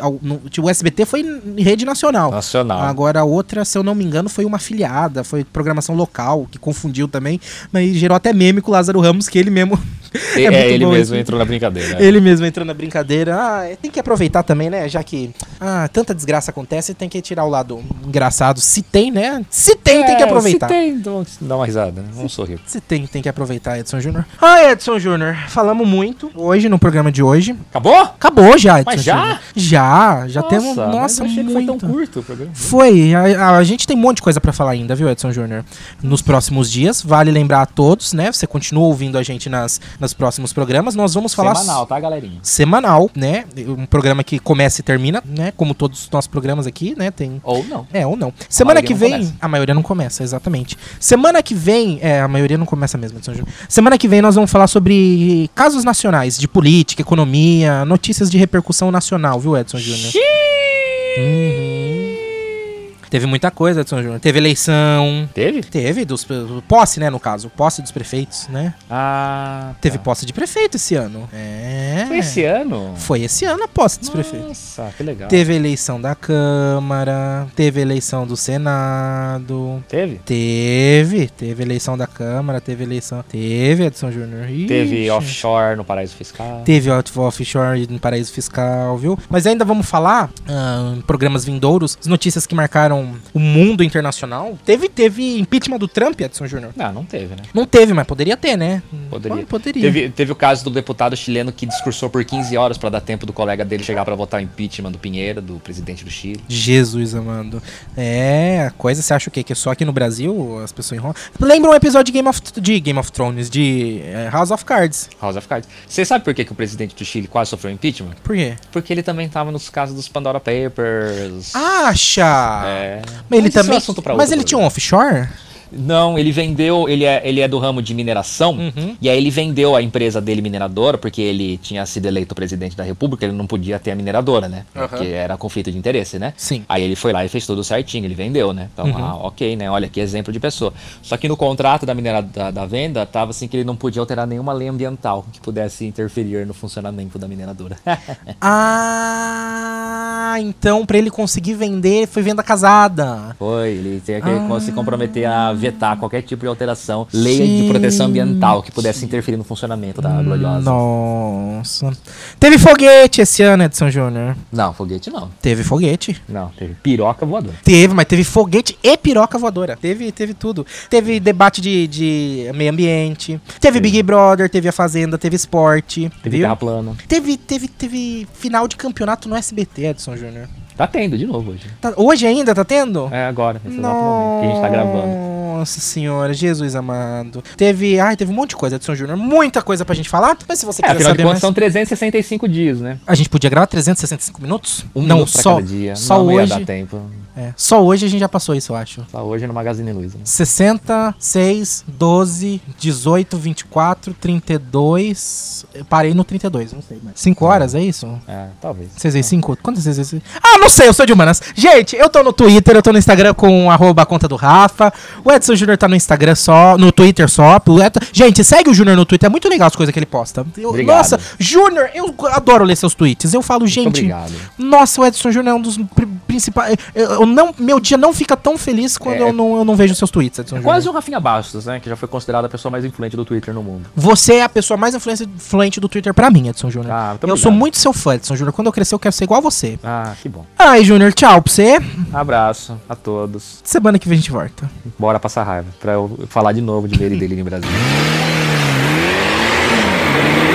o SBT foi em rede nacional. Agora a outra, se eu não me engano, foi uma afiliada, foi programação local, que confundiu também, mas gerou até meme com o Lázaro Ramos, que ele mesmo... ele mesmo entrou na brincadeira. Né? Ele mesmo entrou na brincadeira. Tem que aproveitar também, né, já que tanta desgraça acontece, tem que tirar o lado engraçado. Se tem, né? Se tem que aproveitar. Se tem, dá uma risada, né? Vamos sorrir. Se tem que aproveitar, Edson Júnior. Edson Júnior, falamos muito hoje no programa de hoje. Acabou? Acabou já, Edson. Mas já? Já temos. Nossa, achei muito. Que foi tão curto o programa. Foi. A gente tem um monte de coisa pra falar ainda, viu, Edson Júnior? Nos próximos dias. Vale lembrar a todos, né? Você continua ouvindo a gente nas nos próximos programas. Nós vamos falar... Semanal, tá, galerinha? Semanal, né? Um programa que começa e termina, né? Como todos os nossos programas aqui, né? Tem... Ou não. Ou não. Semana que vem... Começa. A maioria não começa, exatamente. Semana que vem... a maioria não começa mesmo. Semana que vem nós vamos falar sobre casos nacionais, de política, economia, notícias de repercussão nacional, viu, Edson Júnior? Teve muita coisa, Edson Júnior. Teve eleição. Teve? Teve, posse, né, no caso. Posse dos prefeitos, né? Ah, tá. Teve posse de prefeito esse ano. Foi esse ano? Foi esse ano a posse dos prefeitos. Nossa, que legal. Teve eleição da Câmara, teve eleição do Senado. Teve? Teve eleição da Câmara, Teve, Edson Júnior. Teve offshore no paraíso fiscal. Teve offshore no paraíso fiscal, viu? Mas ainda vamos falar, em programas vindouros, as notícias que marcaram o mundo internacional. Teve impeachment do Trump, Edson Júnior? Não teve, né? Não teve, mas poderia ter, né? Poderia. Teve o caso do deputado chileno que discursou por 15 horas pra dar tempo do colega dele chegar pra votar o impeachment do Piñera, do presidente do Chile. Jesus amado. A coisa, você acha o quê? Que é só aqui no Brasil as pessoas enrolam? Lembra um episódio de Game of Thrones, de House of Cards. House of Cards. Você sabe por que o presidente do Chile quase sofreu impeachment? Por quê? Porque ele também tava nos casos dos Pandora Papers. Acha? Mas ele também. Mas ele tinha um offshore? Não, ele vendeu, ele é do ramo de mineração, e aí ele vendeu a empresa dele mineradora, porque ele tinha sido eleito presidente da república, ele não podia ter a mineradora, né? Porque era conflito de interesse, né? Sim. Aí ele foi lá e fez tudo certinho, ele vendeu, né? Então, ok, né? Olha que exemplo de pessoa. Só que no contrato da venda, tava assim que ele não podia alterar nenhuma lei ambiental que pudesse interferir no funcionamento da mineradora. Então pra ele conseguir vender, foi venda casada. Foi, ele tinha que se comprometer a vetar qualquer tipo de alteração, lei de proteção ambiental que pudesse interferir no funcionamento da gloriosa. Nossa. Teve foguete esse ano, Edson Júnior? Não, foguete não. Teve foguete? Não, teve piroca voadora. Mas teve foguete e piroca voadora. Teve tudo. Teve debate de meio ambiente. Teve Big Brother, teve a Fazenda, teve esporte. Teve terra plana. Teve final de campeonato no SBT, Edson Júnior. Tá tendo de novo hoje. Hoje ainda tá tendo? É agora, nesse exato momento que a gente tá gravando. Nossa senhora, Jesus amado. Teve um monte de coisa, Edson Júnior. Muita coisa pra gente falar. Mas se você quiser afinal saber de contas, mais... são 365 dias, né? A gente podia gravar 365 minutos? Não, minuto pra cada dia. Só não hoje. Ia dar tempo. Só hoje a gente já passou isso, eu acho. Só hoje no Magazine Luiza. Né? 60, 6, 12, 18, 24, 32... Eu parei no 32, não sei mais. 5 horas, é isso? Talvez. 6 vezes 5? Quantas vezes? Não sei, eu sou de humanas. Gente, eu tô no Twitter, eu tô no Instagram com @ conta do Rafa. O Edson Júnior tá no Instagram só, no Twitter só. Gente, segue o Júnior no Twitter, é muito legal as coisas que ele posta. Nossa, Júnior, eu adoro ler seus tweets. Eu falo, gente... Muito obrigado. Nossa, o Edson Júnior é um dos principais... Meu dia não fica tão feliz quando eu não vejo seus tweets, Edson Júnior. Quase um Rafinha Bastos, né? Que já foi considerada a pessoa mais influente do Twitter no mundo. Você é a pessoa mais influente do Twitter pra mim, Edson Júnior. Eu sou muito seu fã, Edson Júnior. Quando eu crescer, eu quero ser igual a você. Que bom. Júnior, tchau pra você. Abraço a todos. Semana que vem a gente volta. Bora passar raiva, pra eu falar de novo de Meire dele em Brasília.